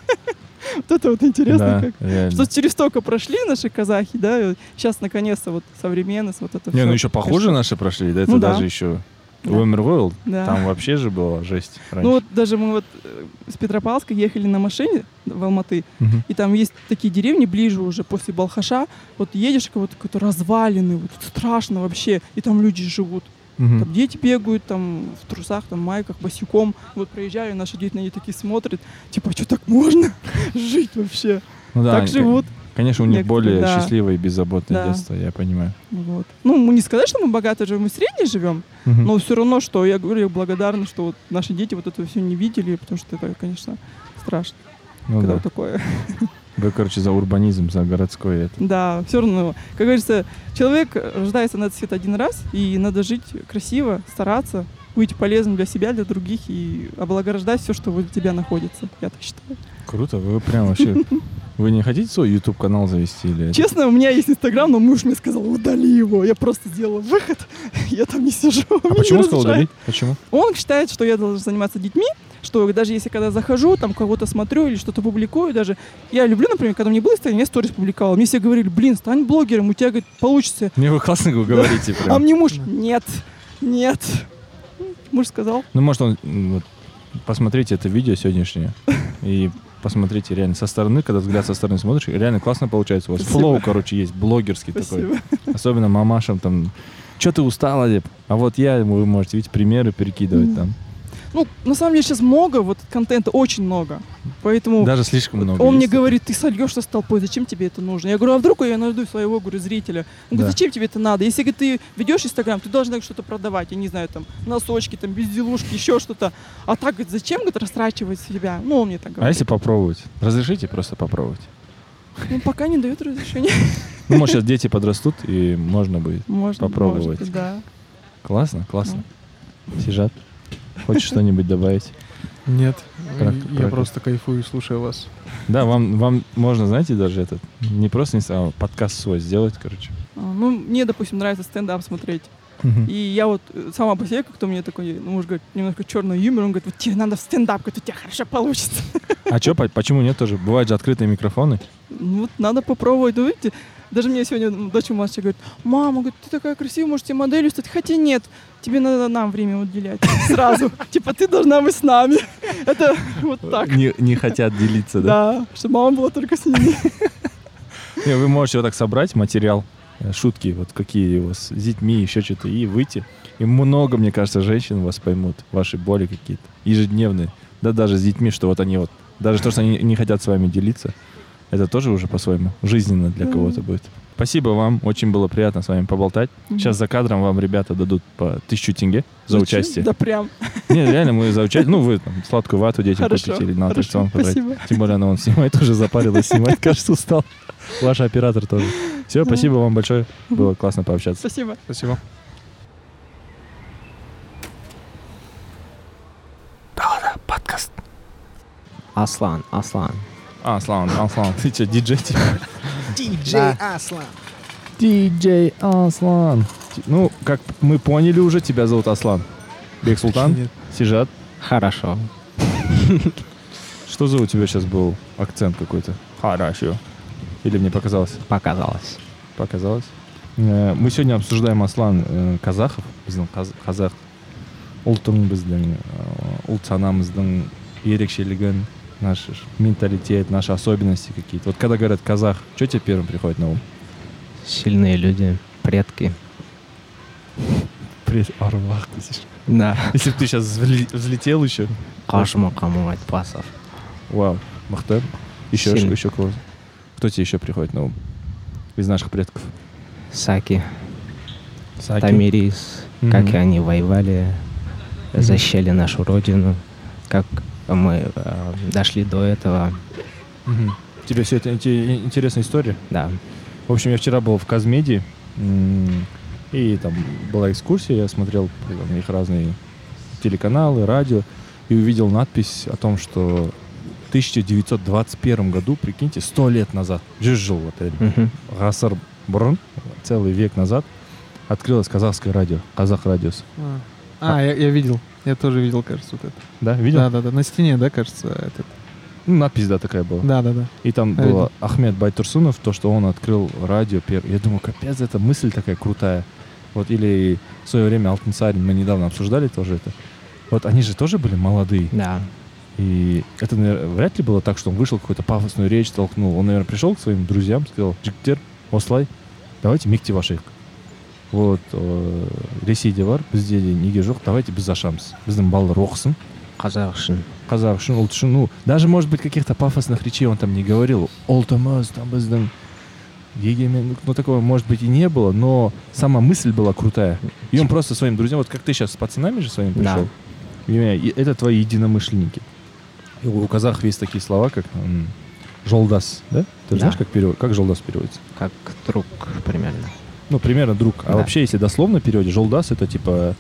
Вот это вот интересно, Да, реально. что через столько прошли наши казахи, да, сейчас наконец-то вот современность, вот это Не, все. ну еще похуже наши прошли, да, это Ну да. даже еще Да. Вымер World, Да. там вообще же была жесть раньше. Ну вот даже мы вот с Петропавловска ехали на машине в Алматы, Мгм. и там есть такие деревни ближе уже после Балхаша, вот едешь вот какой-то развалины, вот страшно вообще, и там люди живут. Мгм. Там дети бегают, там в трусах, там майках, босиком. Вот проезжали, наши дети на них такие смотрят, типа, а что так можно жить вообще? Ну да, Так они, живут. конечно, у них некоторые, более да. счастливое и беззаботное Да. детство, я понимаю. Вот. Ну, мы не сказать, что мы богато живем, мы средне живем, Мгм. но все равно, что я говорю, я благодарна, что вот наши дети вот это все не видели, потому что это, конечно, страшно, Ну когда да. вот такое. Вы, короче, за урбанизм, за городской это. Да, все равно. Как говорится, человек рождается на этот свет один раз, и надо жить красиво, стараться, быть полезным для себя, для других и облагорождать все, что возле тебя находится. Я так считаю. Круто, вы прям вообще... Вы не хотите свой YouTube-канал завести или... это? Честно, у меня есть Инстаграм, но муж мне сказал, удали его. Я просто сделала выход, я там не сижу. А почему сказал удалить? Почему? Он считает, что я должна заниматься детьми, что даже если когда захожу, там кого-то смотрю или что-то публикую даже. Я люблю, например, когда мне было Инстаграм, я сторис публиковала. Мне все говорили, блин, стань блогером, у тебя, говорит, получится. Мне вы классно говорите А прям. мне муж, нет. Муж сказал. Ну, может, он... вот, посмотрите это видео сегодняшнее и посмотрите реально со стороны, когда взгляд со стороны смотришь, реально классно получается. У вас Спасибо. флоу, короче, есть, блогерский такой. Спасибо. Особенно мамашам там, что ты устала, Леп? А вот я, вы можете видеть, примеры перекидывать там. Ну, на самом деле сейчас много, вот контента очень много. Поэтому Даже слишком много. он мне есть. говорит, ты сольешься с толпой, зачем тебе это нужно? Я говорю, а вдруг я найду своего, говорю, зрителя? Он говорит, Да. зачем тебе это надо? Если говорит, ты ведешь Инстаграм, ты должна что-то продавать, я не знаю, там, носочки, там, безделушки, еще что-то. А так, говорит, зачем, говорит, растрачивать себя? Ну, он мне так А говорит. если попробовать? Разрешите просто попробовать? Ну, пока не дают разрешения. Ну, может, сейчас дети подрастут, и можно будет. Можно, Попробовать. может быть, да. Классно, классно. Сижат. Хочешь что-нибудь добавить? Нет, Про- я просто кайфую, слушаю вас. Да, вам можно, знаете, даже этот, не просто а подкаст свой сделать, короче. Ну, мне, допустим, нравится стендап смотреть. И я вот сама по себе как-то у меня такой, ну, может говорить, немножко черный юмор. Он говорит, вот тебе надо в стендап, говорит, у тебя хорошо получится. А что, почему нет тоже? Бывают же открытые микрофоны. Ну, вот надо попробовать. Ну, видите, даже мне сегодня дочь младшая говорит, мама, говорит, ты такая красивая, может, тебе моделью стать? Хотя нет, тебе надо нам время уделять сразу. Типа, ты должна быть с нами. Это вот так. Не хотят делиться, да? Да, чтобы мама была только с ними. Не, вы можете вот так собрать материал, шутки, вот какие у вас с детьми, еще что-то, и выйти. И много, мне кажется, женщин вас поймут, ваши боли какие-то, ежедневные. Да даже с детьми, что вот они вот, даже то, что они не хотят с вами делиться, это тоже уже по-своему жизненно для кого-то будет. Спасибо вам, очень было приятно с вами поболтать. Сейчас за кадром вам ребята дадут по 1000 тенге за участие. Да прям. Не, реально, мы за участие. Ну, вы там сладкую вату детям Хорошо, купите или на хорошо, аттракцион потратите. спасибо. Тем более, она он снимает, уже запарилась снимать, кажется, устал. Ваш оператор тоже. Все, спасибо вам большое. Было классно пообщаться. Спасибо. Спасибо. Аслан. Аслан, ты что, диджей теперь? Диджей Аслан. Диджей Аслан. Ну, как мы поняли уже, тебя зовут Аслан. Бек Султан, Нет. Сижат. Хорошо. Что за у тебя сейчас был акцент какой-то? Хорошо. Или мне показалось? Показалось. Показалось. Мы сегодня обсуждаем, Аслан, казахов. Біздің қазақ ұлтың біздің ұлт санамыздың ерекшелігін наш менталитет, наши особенности какие-то. Вот когда говорят казах, что тебе первым приходит на ум? Сильные люди, предки. Арвах, Да. если бы ты сейчас взлетел еще. Қажымы қаму айтпасов. Вау, махтар. Еще Сильно. кого? Кто тебе еще приходит на ум из наших предков? Саки, Саки. Тамирис, Мгм. как они воевали, защищали нашу родину, как мы дошли до этого. Мгм. Тебе все это интересная история? Да. В общем, я вчера был в Казмедии, и там была экскурсия, я смотрел у них разные телеканалы, радио, и увидел надпись о том, что в 1921 году, прикиньте, 100 лет назад, жил вот это, Мгм. Гасар Брун, целый век назад, открылось казахское радио, Казах Радиос. Я видел. Я тоже видел, кажется, вот это. Да, видел? Да. На стене, да, кажется, этот. Ну, надпись, да, такая была. Да. И там Я было видел. Ахмед Байтурсунов, то, что он открыл радио. Я думаю, капец, это мысль такая крутая. Вот, или в свое время Алтынсарин, мы недавно обсуждали тоже это. Вот они же тоже были молодые. Да. И это, наверное, вряд ли было так, что он вышел, какую-то пафосную речь толкнул. Он, наверное, пришел к своим друзьям, сказал: «Жигиттер, осылай, давайте мектеп ашайық. Вот, Ресейде бар, бізде де неге жоқ, давайте біз ашамыз. Біздің балалар оқысын. Қазақ үшін. Казах үшін, ұлт үшін, ну, даже, может быть, каких-то пафосных речей он там не говорил. Ұлтымыз, там біздің егемен, ну, такого, может быть, и не было, но сама мысль была крутая. И он просто своим друзьям, вот как ты сейчас с пацанами же своими Да. пришел, и это твои единомышленники. И у казахов есть такие слова, как жолдас, да? Ты Да. знаешь, как жолдас переводится? Как друг примерно. Ну, примерно друг. А Да. вообще, если дословно переводе, жолдас — это типа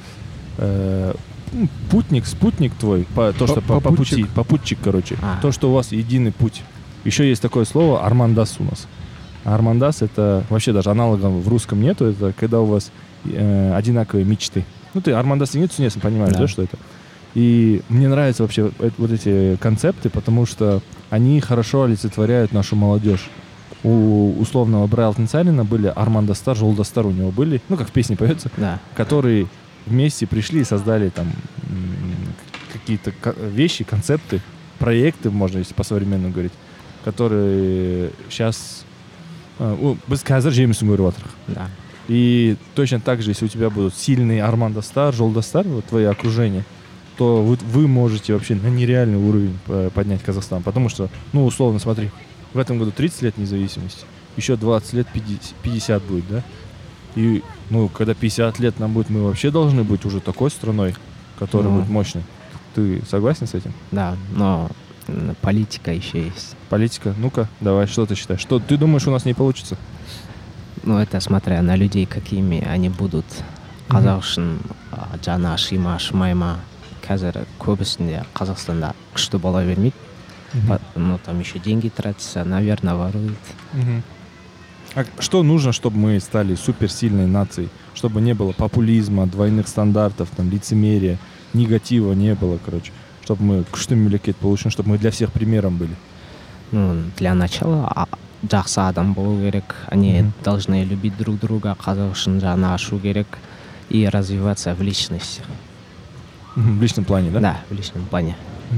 путник, спутник твой, то, что по пути, попутчик, короче. А. То, что у вас единый путь. Еще есть такое слово армандас у нас. А армандас — это вообще даже аналогом в русском нету. Это когда у вас одинаковые мечты. Ну, ты армандас и нет, понимаешь, да, что это? И мне нравятся вообще вот эти концепты, потому что они хорошо олицетворяют нашу молодежь. У условного Брайа Алтынсарина были Армандастар, Жолдастар у него были, ну, как в песне поется, Да. которые вместе пришли и создали там какие-то вещи, концепты, проекты, можно если по-современному говорить, которые сейчас без казар жемісін көріп жатырық. Да. И точно так же, если у тебя будут сильные Армандастар, Жолдастар, вот твое окружение, то вы можете вообще на нереальный уровень поднять Казахстан. Потому что, ну, условно, смотри, в этом году 30 лет независимости, еще 20 лет 50 будет, да? И, ну, когда 50 лет нам будет, мы вообще должны быть уже такой страной, которая будет мощной. Ты согласен с этим? Да, но политика еще есть. Политика? Ну-ка, давай, что ты считаешь? Что ты думаешь, у нас не получится? Ну, это смотря на людей, какими они будут. Қазақ үшін жана шима шымайма қазір көбісінде Қазақстанда күшті бола бермейді. Ну, там еще деньги тратятся, наверное, воруют. А что нужно, чтобы мы стали суперсильной нацией? Чтобы не было популизма, двойных стандартов, там, лицемерия, негатива не было, короче. Чтобы мы күшті мемлекет получили, чтобы мы для всех примером были. Ну, для начала жақсы адам болу керек. Они должны любить друг друга, қазақ үшін жаны ашу керек и развиваться в личности. В личном плане, да? Да, в личном плане.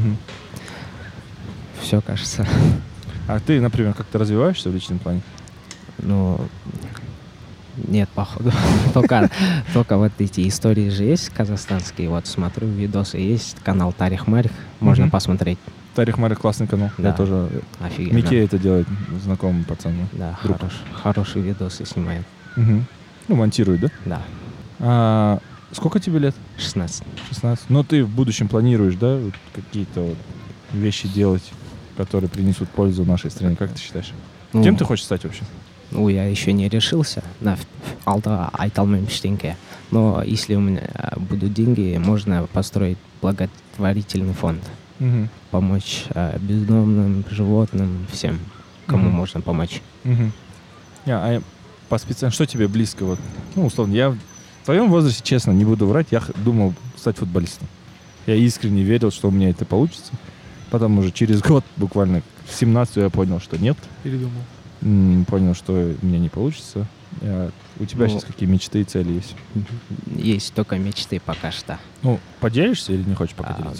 Все, кажется. А ты, например, как-то развиваешься в личном плане? Ну, нет, походу. Только вот эти истории же есть казахстанские. Вот смотрю, видосы есть. Канал Тарих Марих. Можно посмотреть. Тарих Марих классный канал. Да. Я тоже... Офигенно. Микей это делает, знакомый пацан. Да, друг. хорошие видосы снимает. Ну, монтирует, да? Да, А сколько тебе лет? 16. 16. Но ты в будущем планируешь, да, вот какие-то вот вещи делать, которые принесут пользу нашей стране? Как ты считаешь? Ну, Кем ты хочешь стать вообще? Ну, я еще не решился. Алда айталмайм ештеңке. Но если у меня будут деньги, можно построить благотворительный фонд. Помочь бездомным, животным, всем, кому можно помочь. А по специальности, что тебе близко? Вот, ну, условно, я в твоем возрасте, честно, не буду врать, я думал стать футболистом. Я искренне верил, что у меня это получится. Потом уже через год, буквально в 17 я понял, что нет. Передумал. Понял, что у меня не получится. У тебя сейчас какие мечты и цели есть? Есть только мечты пока что. Ну, поделишься или не хочешь пока делиться?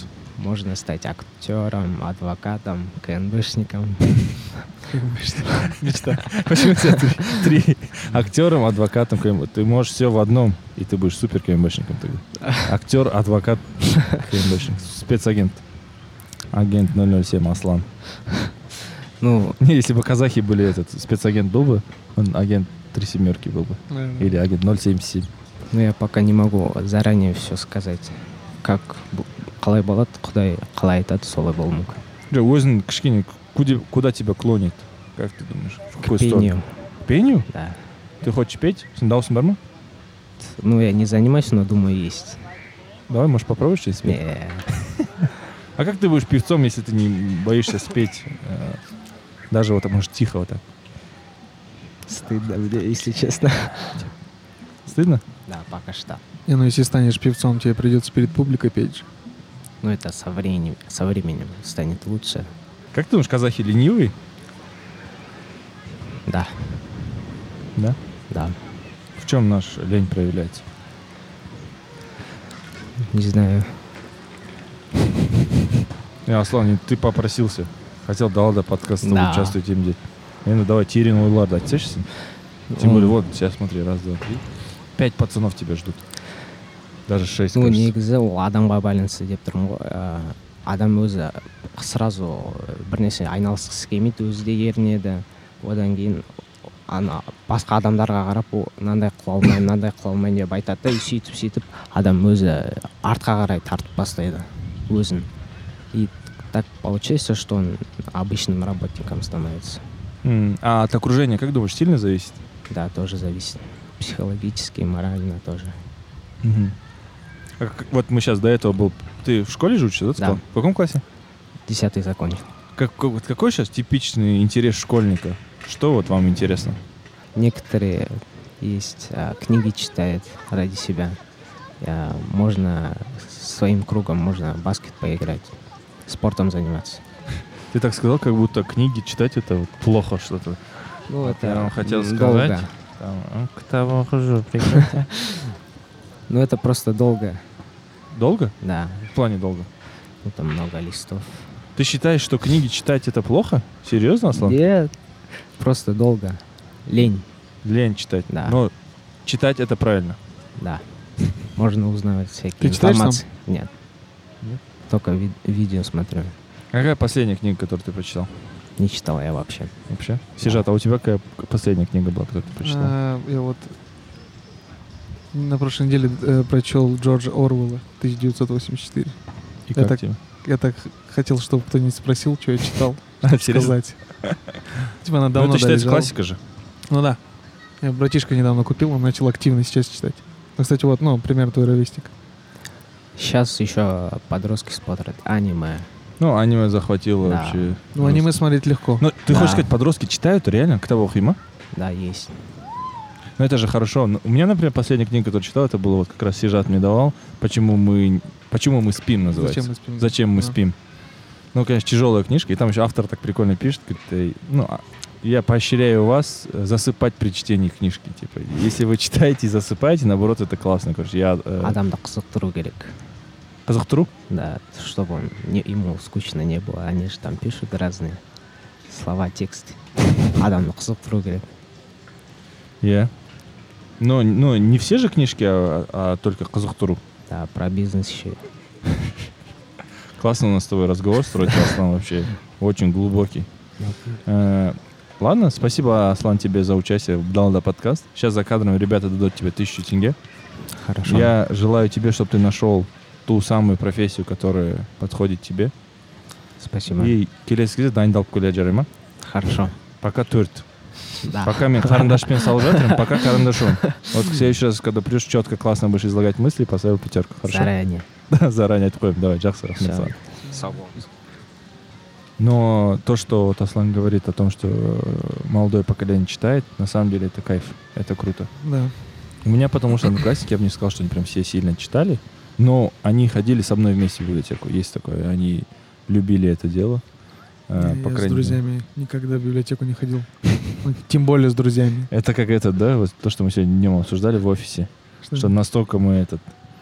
Можно стать актером, адвокатом, КНБшником. Мечта. Почему у тебя три? Актером, адвокатом, ты можешь все в одном, и ты будешь супер КМБшником тогда. Актер, адвокат, КМБшник, спецагент. Агент 007 Аслан. Ну, Не, если бы казахи были спецагент был бы, он агент 3 семерки был бы. Или агент 077. ну, я пока не могу заранее все сказать. Как қалай болады, Құдай қалай айтады, солай болуы мүмкін. Өзің кішкене куда тебя клонит? Как ты думаешь? В какую сторону? Пению. К пению? Да. Ты хочешь петь? Даусың бар ма? Ну, я не занимаюсь, но думаю, есть. Давай, может, попробуешь сейчас спеть? Не, А как ты будешь певцом, если ты не боишься спеть? Даже вот, может, тихо вот так. стыдно мне, если честно. Стыдно? Да, пока что. Не, ну если станешь певцом, тебе придется перед публикой петь же. Но это со временем станет лучше. Как ты думаешь, казахи ленивые? Да, Да? да. В чем наш лень проявляется? Не знаю. Аслан, ты попросился. Хотел Далада подкаста Да. участвовать им здесь. Ну давай Тирин Уйларда отсечься. Тем более, вот, сейчас смотри, раз, два, три. 5 пацанов тебя ждут. Даже 6, Ну, кажется. негізі ол адамға байланысты деп тұрмын ғой. Адам өзі сразу бірнәрсе айналысқысы келмейді, өзі де ерінеді. Одан кейін басқа адамдарға қарап, мынандай қыла алмаймын деп айтады да, сөйтіп адам өзі артқа қарай тартып бастайды өзін. И так получается, что он обычным работником становится. А от окружения, как думаешь, сильно зависит? Да, тоже зависит. Психологически, морально тоже. Вот мы сейчас до этого был... Ты в школе же учишься, да? Да. В каком классе? 10-й закончил. Какой сейчас типичный интерес школьника? Что вот вам интересно? Некоторые есть книги читают ради себя. Можно своим кругом, можно в баскет поиграть, спортом заниматься. Ты так сказал, как будто книги читать это вот плохо что-то. Ну, это Я вам хотел долго. сказать. К тому хожу, прекрасно. Ну, это просто долго. Долго? Да, В плане долго. ну, там много листов. Ты считаешь, что книги читать это плохо? Серьезно, Аслан? Нет, просто долго. Лень, Лень читать. Да. Но читать это правильно. да. Можно узнавать всякие Ты читаешь сам? информации. Нет. Нет? Только видео смотрю. Какая последняя книга, которую ты прочитал? Не читал я вообще. Вообще? Сижат, а у тебя какая последняя книга была, которую ты прочитал? Я вот на прошлой неделе прочел Джорджа Оруэлла 1984. И как это- тебе? Я так хотел, чтобы кто-нибудь спросил, что я читал, Серьезно? сказать. Типа она Ну, давно это считается долежала. классика же. Ну да. Я братишка недавно купил, он начал активно сейчас читать. Ну, кстати, вот, пример твой ровесник. Сейчас еще подростки смотрят аниме. Ну, аниме захватило Да. вообще. Ну, аниме смотреть легко. Ну, ты Да. хочешь сказать, подростки читают реально Ктабу Хима? Да, есть. Ну, это же хорошо. У меня, например, последняя книга, которую читал, это было вот как раз Сижат мне давал. Почему мы спим, называется. Зачем мы спим? Зачем мы Да. спим? Ну, конечно, тяжелая книжка. И там еще автор так прикольно пишет. Говорит, я поощряю вас засыпать при чтении книжки. Типа, если вы читаете и засыпаете, наоборот, это классно. Короче, Адамды қызықтыру керек. Қызықтыру? Да, чтобы ему скучно не было. Они же там пишут разные слова, тексты. Адамды қызықтыру керек. Я. Но не все же книжки, а только қызықтыру. Да, про бизнес еще. Классно у нас с тобой разговор строить, Аслан, вообще очень глубокий. Ладно, спасибо, Аслан, тебе за участие в Далда подкаст. Сейчас за кадром ребята дадут тебе 1000 тенге. Хорошо. Я желаю тебе, чтобы ты нашел ту самую профессию, которая подходит тебе. Спасибо. И келесі кезде дайындалып келе жарай ма? Хорошо. Пока 4. Да. Пока мен карандашпен салып жатырмын, пока карандашом. Вот в следующий раз, когда придешь, четко, классно будешь излагать мысли, поставил 5. Хорошо? Заранее. Да, заранее айтып қоямын. Давай, жақсы, рахмет Всё. саған. Но то, что вот Аслан говорит о том, что молодое поколение читает, на самом деле это кайф, это круто. Да. У меня, потому что одноклассники, я бы не сказал, что они прям все сильно читали, но они ходили со мной вместе в библиотеку. Есть такое, они любили это дело. Я По с крайней мере. друзьями никогда в библиотеку не ходил. Ну, тем более с друзьями. Это как это, да, вот то, что мы сегодня днем обсуждали в офисе, что настолько мы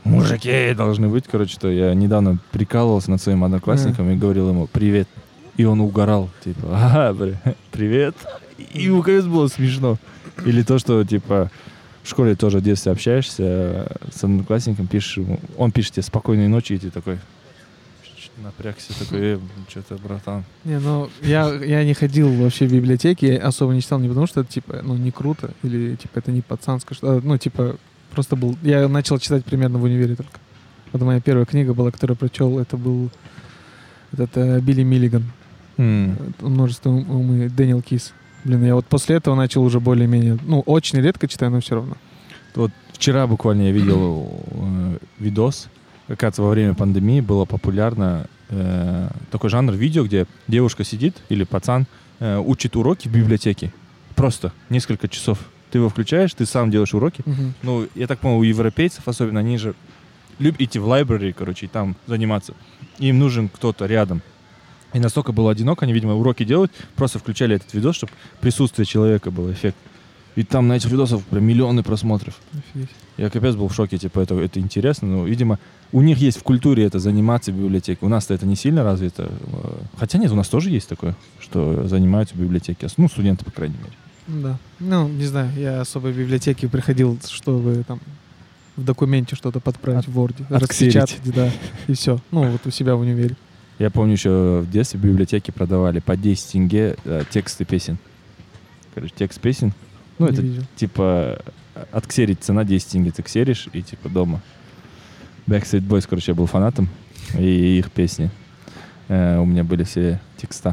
мужики должны быть, короче, что я недавно прикалывался над своим одноклассником и говорил ему «привет». И он угорал, типа, ага, привет. И ему, конечно, было смешно. Или то, что, типа, в школе тоже в детстве общаешься с одноклассником, пишешь ему, он пишет тебе «спокойной ночи», и ты такой напрягся, такой, что-то, братан. Не, ну, я не ходил вообще в библиотеки, я особо не читал, не потому что это, типа, ну, не круто, или, типа, это не пацанское, что, ну, типа, просто был... Я начал читать примерно в универе только. Вот моя первая книга была, которую прочел, это был Билли Миллиган. Множество умы, Дэниел Кис. Блин, я вот после этого начал уже более-менее... Ну, очень редко читаю, но все равно. Вот вчера буквально я видел видос. Как-то во время пандемии было популярно такой жанр видео, где девушка сидит или пацан учит уроки в библиотеке. Просто несколько часов. Ты его включаешь, ты сам делаешь уроки. Ну, я так понял, у европейцев особенно, они же любят идти в library, короче, и там заниматься. Им нужен кто-то рядом. И настолько было одиноко, они, видимо, уроки делают, просто включали этот видос, чтобы присутствие человека было эффект. И там на этих видосах прям миллионы просмотров. Офигеть. Я капец был в шоке, типа, это интересно. Но, видимо, у них есть в культуре это заниматься в библиотеке. У нас-то это не сильно развито. Хотя нет, у нас тоже есть такое, что занимаются в библиотеке. Ну, студенты, по крайней мере. Да. Ну, не знаю, я особо в библиотеке приходил, чтобы там в документе что-то подправить в Word, распечатать, да, и все. Ну, вот у себя в универе. Я помню, еще в детстве в библиотеке продавали по 10 тенге тексты песен. Короче, текст песен. Ну, Не это видел. типа отксерить цена 10 тенге. Ты ксеришь и типа дома. Backstreet Boys, короче, я был фанатом. И их песни. У меня были все текста.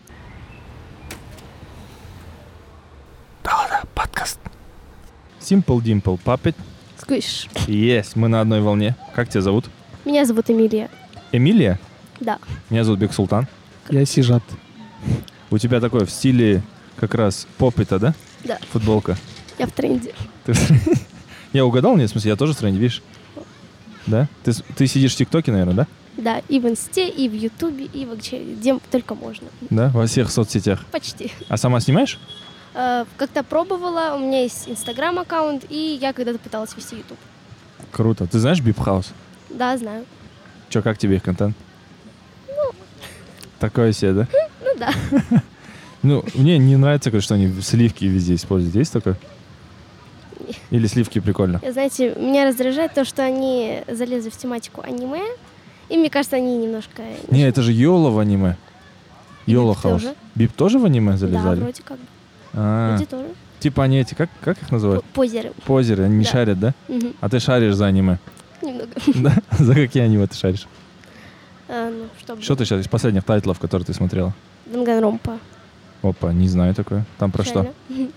Да, подкаст. Simple Dimple Puppet. Сквиш. Есть, мы на одной волне. Как тебя зовут? Меня зовут Эмилия. Эмилия? Да. Меня зовут Бексултан. Я Сижат. У тебя такое в стиле как раз поппита, да? Да. Футболка. Я в тренде. Я угадал? Нет, в смысле, я тоже в тренде, видишь? Да? Ты сидишь в ТикТоке, наверное, да? Да, и в Инсте, и в Ютубе, и вообще, где только можно. Да? Во всех соцсетях. Почти. А сама снимаешь? Как-то пробовала, у меня есть Инстаграм-аккаунт, и я когда-то пыталась вести Ютуб. Круто. Ты знаешь Бип Хаус? Да, знаю. Че, как тебе их контент? Такое себе, да? Ну да. Ну, мне не нравится, что они сливки везде используют. Есть такое? Или сливки прикольно? Знаете, меня раздражает то, что они залезли в тематику аниме, и мне кажется, они немножко... Не, это же Йола в аниме. Йола Бип Хаус. тоже. Бип тоже в аниме Да, залезали? вроде как бы. А, Вроде тоже. типа они эти, как их называют? Позеры. Позеры, они не Да. шарят, да? Мгм. А ты шаришь за аниме? Немного. Да? За какие аниме ты шаришь? Ну, чтобы... Что ты сейчас из последних тайтлов, которые ты смотрела? Данганронпа. Опа, не знаю такое. Там про что?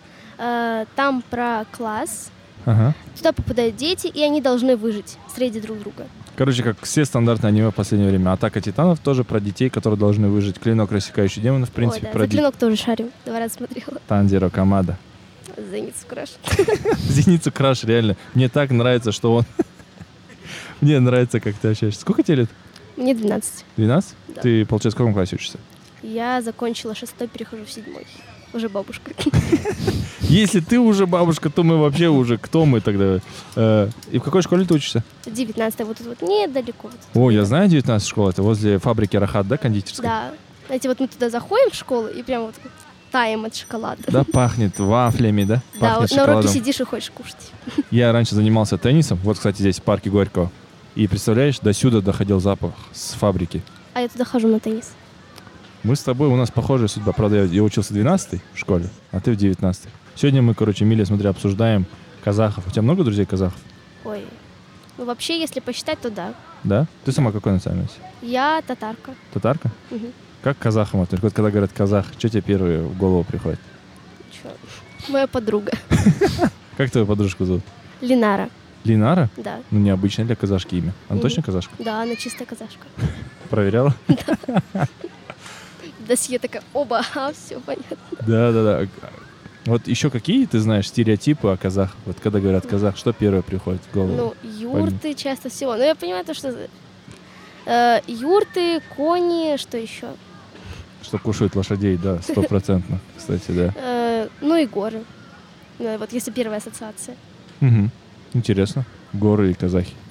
Там про класс. Ага. Туда попадают дети, и они должны выжить среди друг друга. Короче, как все стандартные аниме в последнее время. Атака титанов тоже про детей, которые должны выжить. Клинок, рассекающий демонов, в принципе, Ой, да, про за клинок тоже шарю. 2 раза смотрела. Танзиро Камада. Зеницу краш. Зеницу Краш, реально. Мне так нравится, что он... Мне нравится, как ты общаешься. Сколько тебе лет? Мне 12. 12? Да. Ты, получается, в каком классе учишься? Я закончила 6-й, перехожу в 7-й. Уже бабушка. Если ты уже бабушка, то мы вообще уже... Кто мы тогда? И в какой школе ты учишься? 19-й вот тут вот недалеко. Вот тут. О, я знаю 19 школу. Это возле фабрики Рахат, да, кондитерской? Да. Знаете, вот мы туда заходим в школу, и прям вот таем от шоколада. Да, пахнет вафлями, да? Да, Пахнет на уроке шоколадом. сидишь и хочешь кушать. Я раньше занимался теннисом. Вот, кстати, здесь в парке Горького. И представляешь, до сюда доходил запах с фабрики. А я туда хожу на теннис. Мы с тобой, у нас похожая судьба. Правда, я учился в 12-й в школе, а ты в 19-й. Сегодня мы, короче, Эмилия, смотри, обсуждаем казахов. У тебя много друзей казахов? Ой. Ну, вообще, если посчитать, то да. Да? Ты сама какой национальности? Я татарка. Татарка? Мгм. Как к казахам относишься? Вот когда говорят казах, что тебе первое в голову приходит? Чё? Моя подруга. Как твою подружку зовут? Линара. Линара? Да. Ну, необычное для казашки имя. Она Мгм. точно казашка? Да, она чистая казашка. Проверяла? Досье такая, оба, все понятно. Да. Вот еще какие ты знаешь стереотипы о казахах? Вот когда говорят казах, что первое приходит в голову? Ну, юрты часто всего. Но я понимаю то, что юрты, кони, что еще? Что кушают лошадей, да, 100%, кстати, да. Ну и горы. Ну, вот если первая ассоциация. Угу. Интересно. Горы и казахи.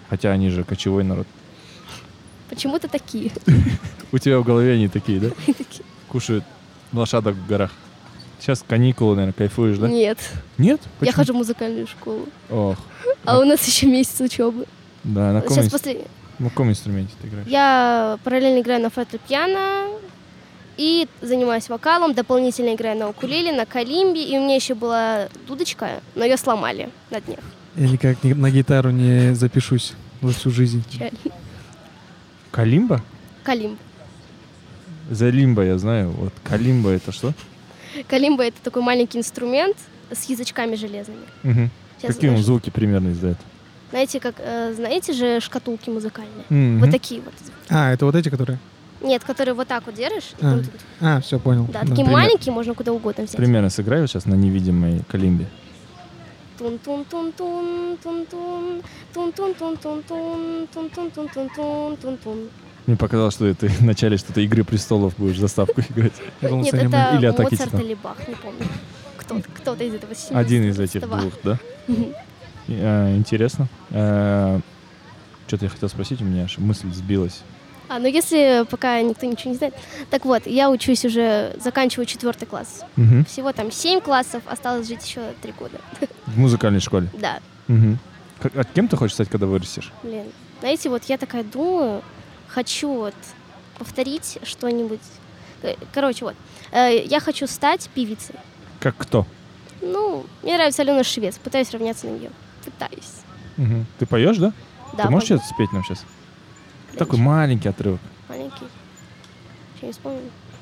Хотя они же кочевой народ. Почему-то такие. У тебя в голове они такие, да? Кушают лошадок в горах. Сейчас каникулы, наверное, кайфуешь, да? Нет. Нет? Я Почему? хожу в музыкальную школу. Ох. А у нас еще месяц учебы. Да, на Сейчас после... каком инструменте ты играешь? Я параллельно играю на фортепиано и занимаюсь вокалом, дополнительно играю на укулеле, на калимбе, и у меня еще была дудочка, но ее сломали на днях. Я никак на гитару не запишусь за всю жизнь. Калимба? Калимб. За лимба я знаю. Вот калимба это что? Калимба — это такой маленький инструмент с язычками железными. Угу. Сейчас Какие он даже- звуки примерно издает? Знаете, как, знаете же шкатулки музыкальные? Мгм. Вот такие вот. А, это вот эти, которые? Нет, которые вот так вот держишь. и А. тун-тун. А, все, понял. Да, Ну, такие пример- маленькие, можно куда угодно взять. Примерно сыграю вот сейчас на невидимой калимбе. Тун-тун-тун-тун, тун-тун, тун-тун-тун-тун-тун, тун-тун-тун-тун-тун-тун. Мне показалось, что ты в начале что-то «Игры престолов» будешь заставку играть. Я думал, Нет, с аниме. это Или «Атаки Моцарт Титанов». или Бах, не помню. Кто-то из этого Один из этих 72. двух, да? Мгм. Интересно. Что-то я хотел спросить, у меня аж мысль сбилась. Ну если пока никто ничего не знает. Так вот, я учусь уже, заканчиваю 4 класс. Мгм. Всего там 7 классов, осталось жить еще 3 года. В музыкальной школе. Да, Мгм. А кем ты хочешь стать, когда вырастешь? блин. Знаете, вот я такая думаю, хочу вот повторить что-нибудь. Короче, вот. Я хочу стать певицей. Как кто? Ну, мне нравится Алена Швец, пытаюсь равняться на нее. Пытаюсь. Мгм. Ты поешь, да? Да, Ты можешь могу. что-то спеть нам сейчас? Блин, Такой маленький отрывок. маленький. Еще не вспомню.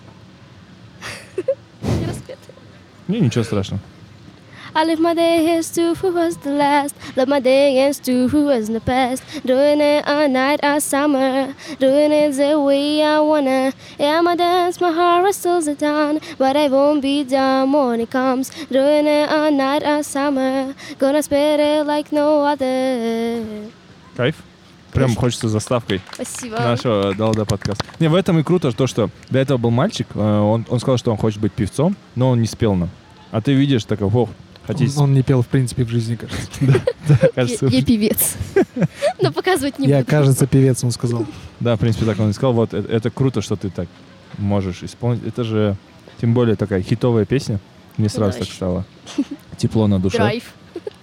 Не распет. Не, ничего страшного. I live my day as to who was the last. Live my day as to who was in the past. Doing it all night all summer. Doing it the way I wanna. Yeah, my dance, my heart rustles it down. But I won't be down when it comes. Doing it all night all summer. Gonna spit it like no other. Кайф? Прям хочется заставкой Спасибо. нашего Далда подкаста. Не, в этом и круто то, что до этого был мальчик, он сказал, что он хочет быть певцом, но он не спел нам. А ты видишь, такой, ох, хотите... Он не пел, в принципе, в жизни, кажется. кажется, Я певец. Но показывать не Я, буду. кажется, певец, он сказал. Да, в принципе, так он и сказал. Вот, это круто, что ты так можешь исполнить. Это же, тем более, такая хитовая песня. Мне сразу так очень. стало тепло на душе. Драйв.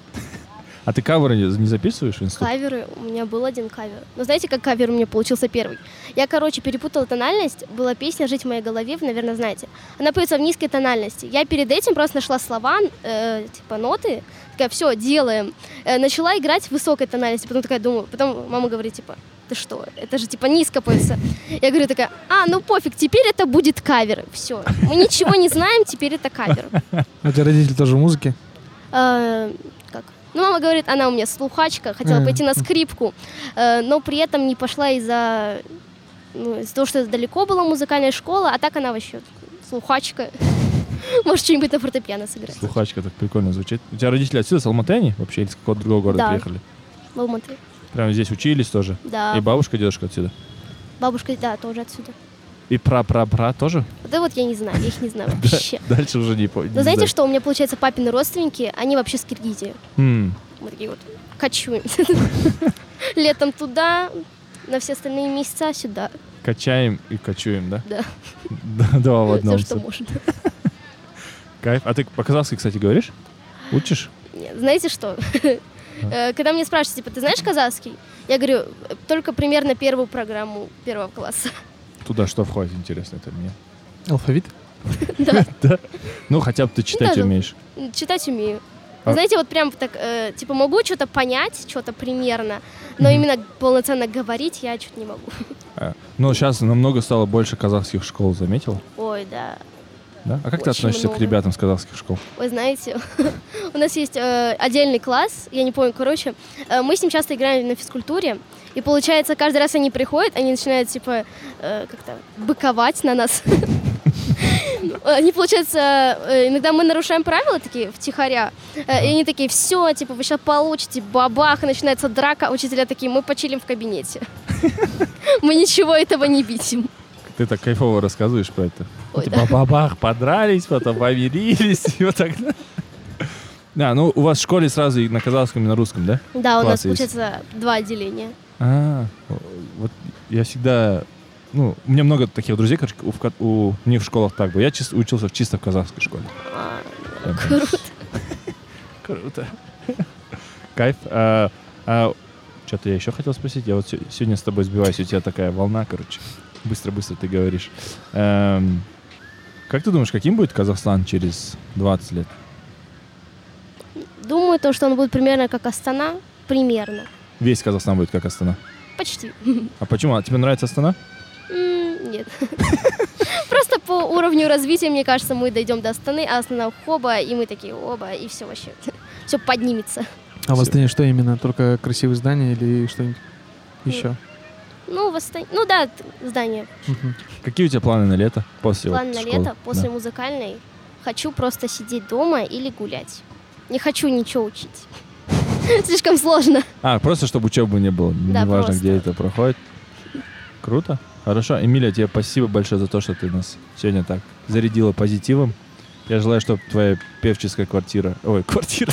А ты каверы не записываешь в институт? Каверы, у меня был один кавер. Но знаете, как кавер у меня получился первый? Я, перепутала тональность. Была песня «Жить в моей голове», вы, наверное, знаете. Она поется в низкой тональности. Я перед этим просто нашла слова, типа ноты. Такая, все, делаем. Начала играть в высокой тональности. Потом такая думаю, потом мама говорит, типа, ты что, это же типа низко поется. Я говорю такая, ну пофиг, теперь это будет кавер. Все, мы ничего не знаем, теперь это кавер. У тебя родители тоже в музыке? Как? Ну, мама говорит, она у меня слухачка, хотела пойти на скрипку, но при этом не пошла из-за того, что далеко была музыкальная школа, а так она вообще слухачка. Может, что-нибудь на фортепиано сыграть. Слухачка так прикольно звучит. У тебя родители отсюда, с Алматы они вообще, или с какого-то другого города Да. приехали? В Алматы. Прямо здесь учились тоже? Да. И бабушка, дедушка отсюда? Бабушка, да, тоже отсюда. И пра-пра-пра тоже? Да вот я не знаю, я их не знаю вообще. Дальше уже не помню. Но знаете, что у меня, получается, папины родственники, они вообще с Киргизии. Мы такие вот кочуем. Летом туда, на все остальные месяца сюда. Качаем и кочуем, да? Да. Два в одном. Все, что можно. Кайф. А ты по-казахски, кстати, говоришь? Учишь? Нет, знаете что? Когда мне спрашивают, типа, ты знаешь казахский? Я говорю, только примерно первую программу первого класса. Туда что входит, интересно, это мне? Алфавит? Да, Ну, хотя бы ты читать Да. умеешь. читать умею. А- Знаете, вот прям так, типа, могу что-то понять, что-то примерно, но именно полноценно говорить я что-то не могу. Ну, сейчас намного стало больше казахских школ, заметил? Ой, да. Да? А как ты Очень относишься к много. ребятам с казахских школ? Вы знаете, у нас есть отдельный класс, я не помню, короче, мы с ним часто играем на физкультуре, и получается, каждый раз они приходят, они начинают, типа, как-то быковать на нас. Они, получается, иногда мы нарушаем правила такие втихаря, и они такие, все, типа, вы сейчас получите, бабах, и начинается драка, а учителя такие, мы почилим в кабинете. Мы ничего этого не видим. Ты так кайфово рассказываешь про это. Ой, Типа бабах, подрались, потом помирились, и вот так. Да, ну у вас в школе сразу и на казахском, и на русском, да? Да, у нас, Класс есть. получается, 2 отделения. Вот я всегда... Ну, у меня много таких друзей, короче, у них в школах так было. Я учился чисто в казахской школе. Круто. Круто. Кайф. Что-то я еще хотел спросить. Я вот сегодня с тобой сбиваюсь, у тебя такая волна, короче. Быстро-быстро ты говоришь. Как ты думаешь, каким будет Казахстан через 20 лет? Думаю, то, что он будет примерно как Астана. Примерно. Весь Казахстан будет как Астана. Почти. А почему? А тебе нравится Астана? Нет. Просто по уровню развития, мне кажется, мы дойдем до Астаны, а Астана хоба, и мы такие оба, и все вообще. Все поднимется. А в Астане что именно? Только красивые здания или что-нибудь еще? Ну, в Астане... Ну да, здание. Какие у тебя планы на лето? После План вот на школы? лето, после Да. музыкальной. Хочу просто сидеть дома или гулять. Не хочу ничего учить. Слишком сложно. Просто чтобы учебы не было. Да, Неважно, просто. где это проходит. Круто. Хорошо. Эмилия, тебе спасибо большое за то, что ты нас сегодня так зарядила позитивом. Я желаю, чтобы твоя певческая квартира... Ой, квартира.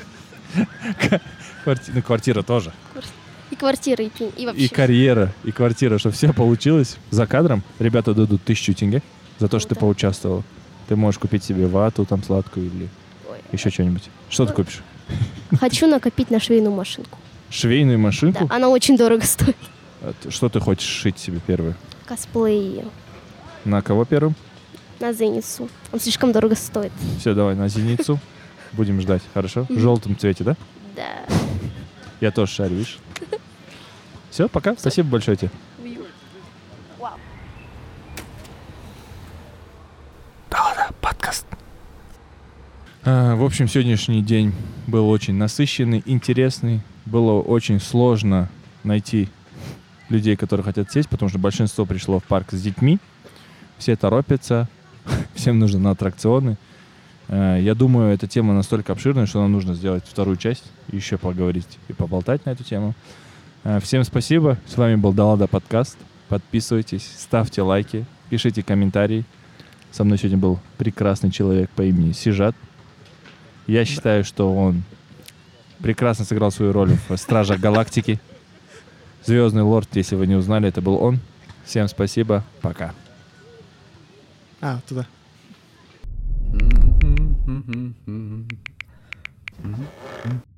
Ну, квартира тоже. И квартиры, и вообще. И карьера, и квартира, чтобы все получилось. За кадром ребята дадут 1000 тенге за то, что ты Круто. поучаствовал. Ты можешь купить себе вату там сладкую или Ой. еще что-нибудь. Что ты купишь? Хочу накопить на швейную машинку. Швейную машинку? Да, она очень дорого стоит. Что ты хочешь шить себе первое? Косплей На кого первым? на Зеницу. Он слишком дорого стоит. Все, давай на зеницу. Будем ждать, хорошо? В желтом цвете, да? Да. Я тоже шарю, видишь? Все, пока. Спасибо большое тебе. В общем, сегодняшний день был очень насыщенный, интересный. Было очень сложно найти людей, которые хотят сесть, потому что большинство пришло в парк с детьми. Все торопятся, всем нужно на аттракционы. Я думаю, эта тема настолько обширная, что нам нужно сделать вторую часть, еще поговорить и поболтать на эту тему. Всем спасибо. С вами был Далада подкаст. Подписывайтесь, ставьте лайки, пишите комментарии. Со мной сегодня был прекрасный человек по имени Сижат. Я считаю, что он прекрасно сыграл свою роль в «Стражах Галактики». Звездный лорд, если вы не узнали, это был он. Всем спасибо. Пока. Туда. Mm-hmm.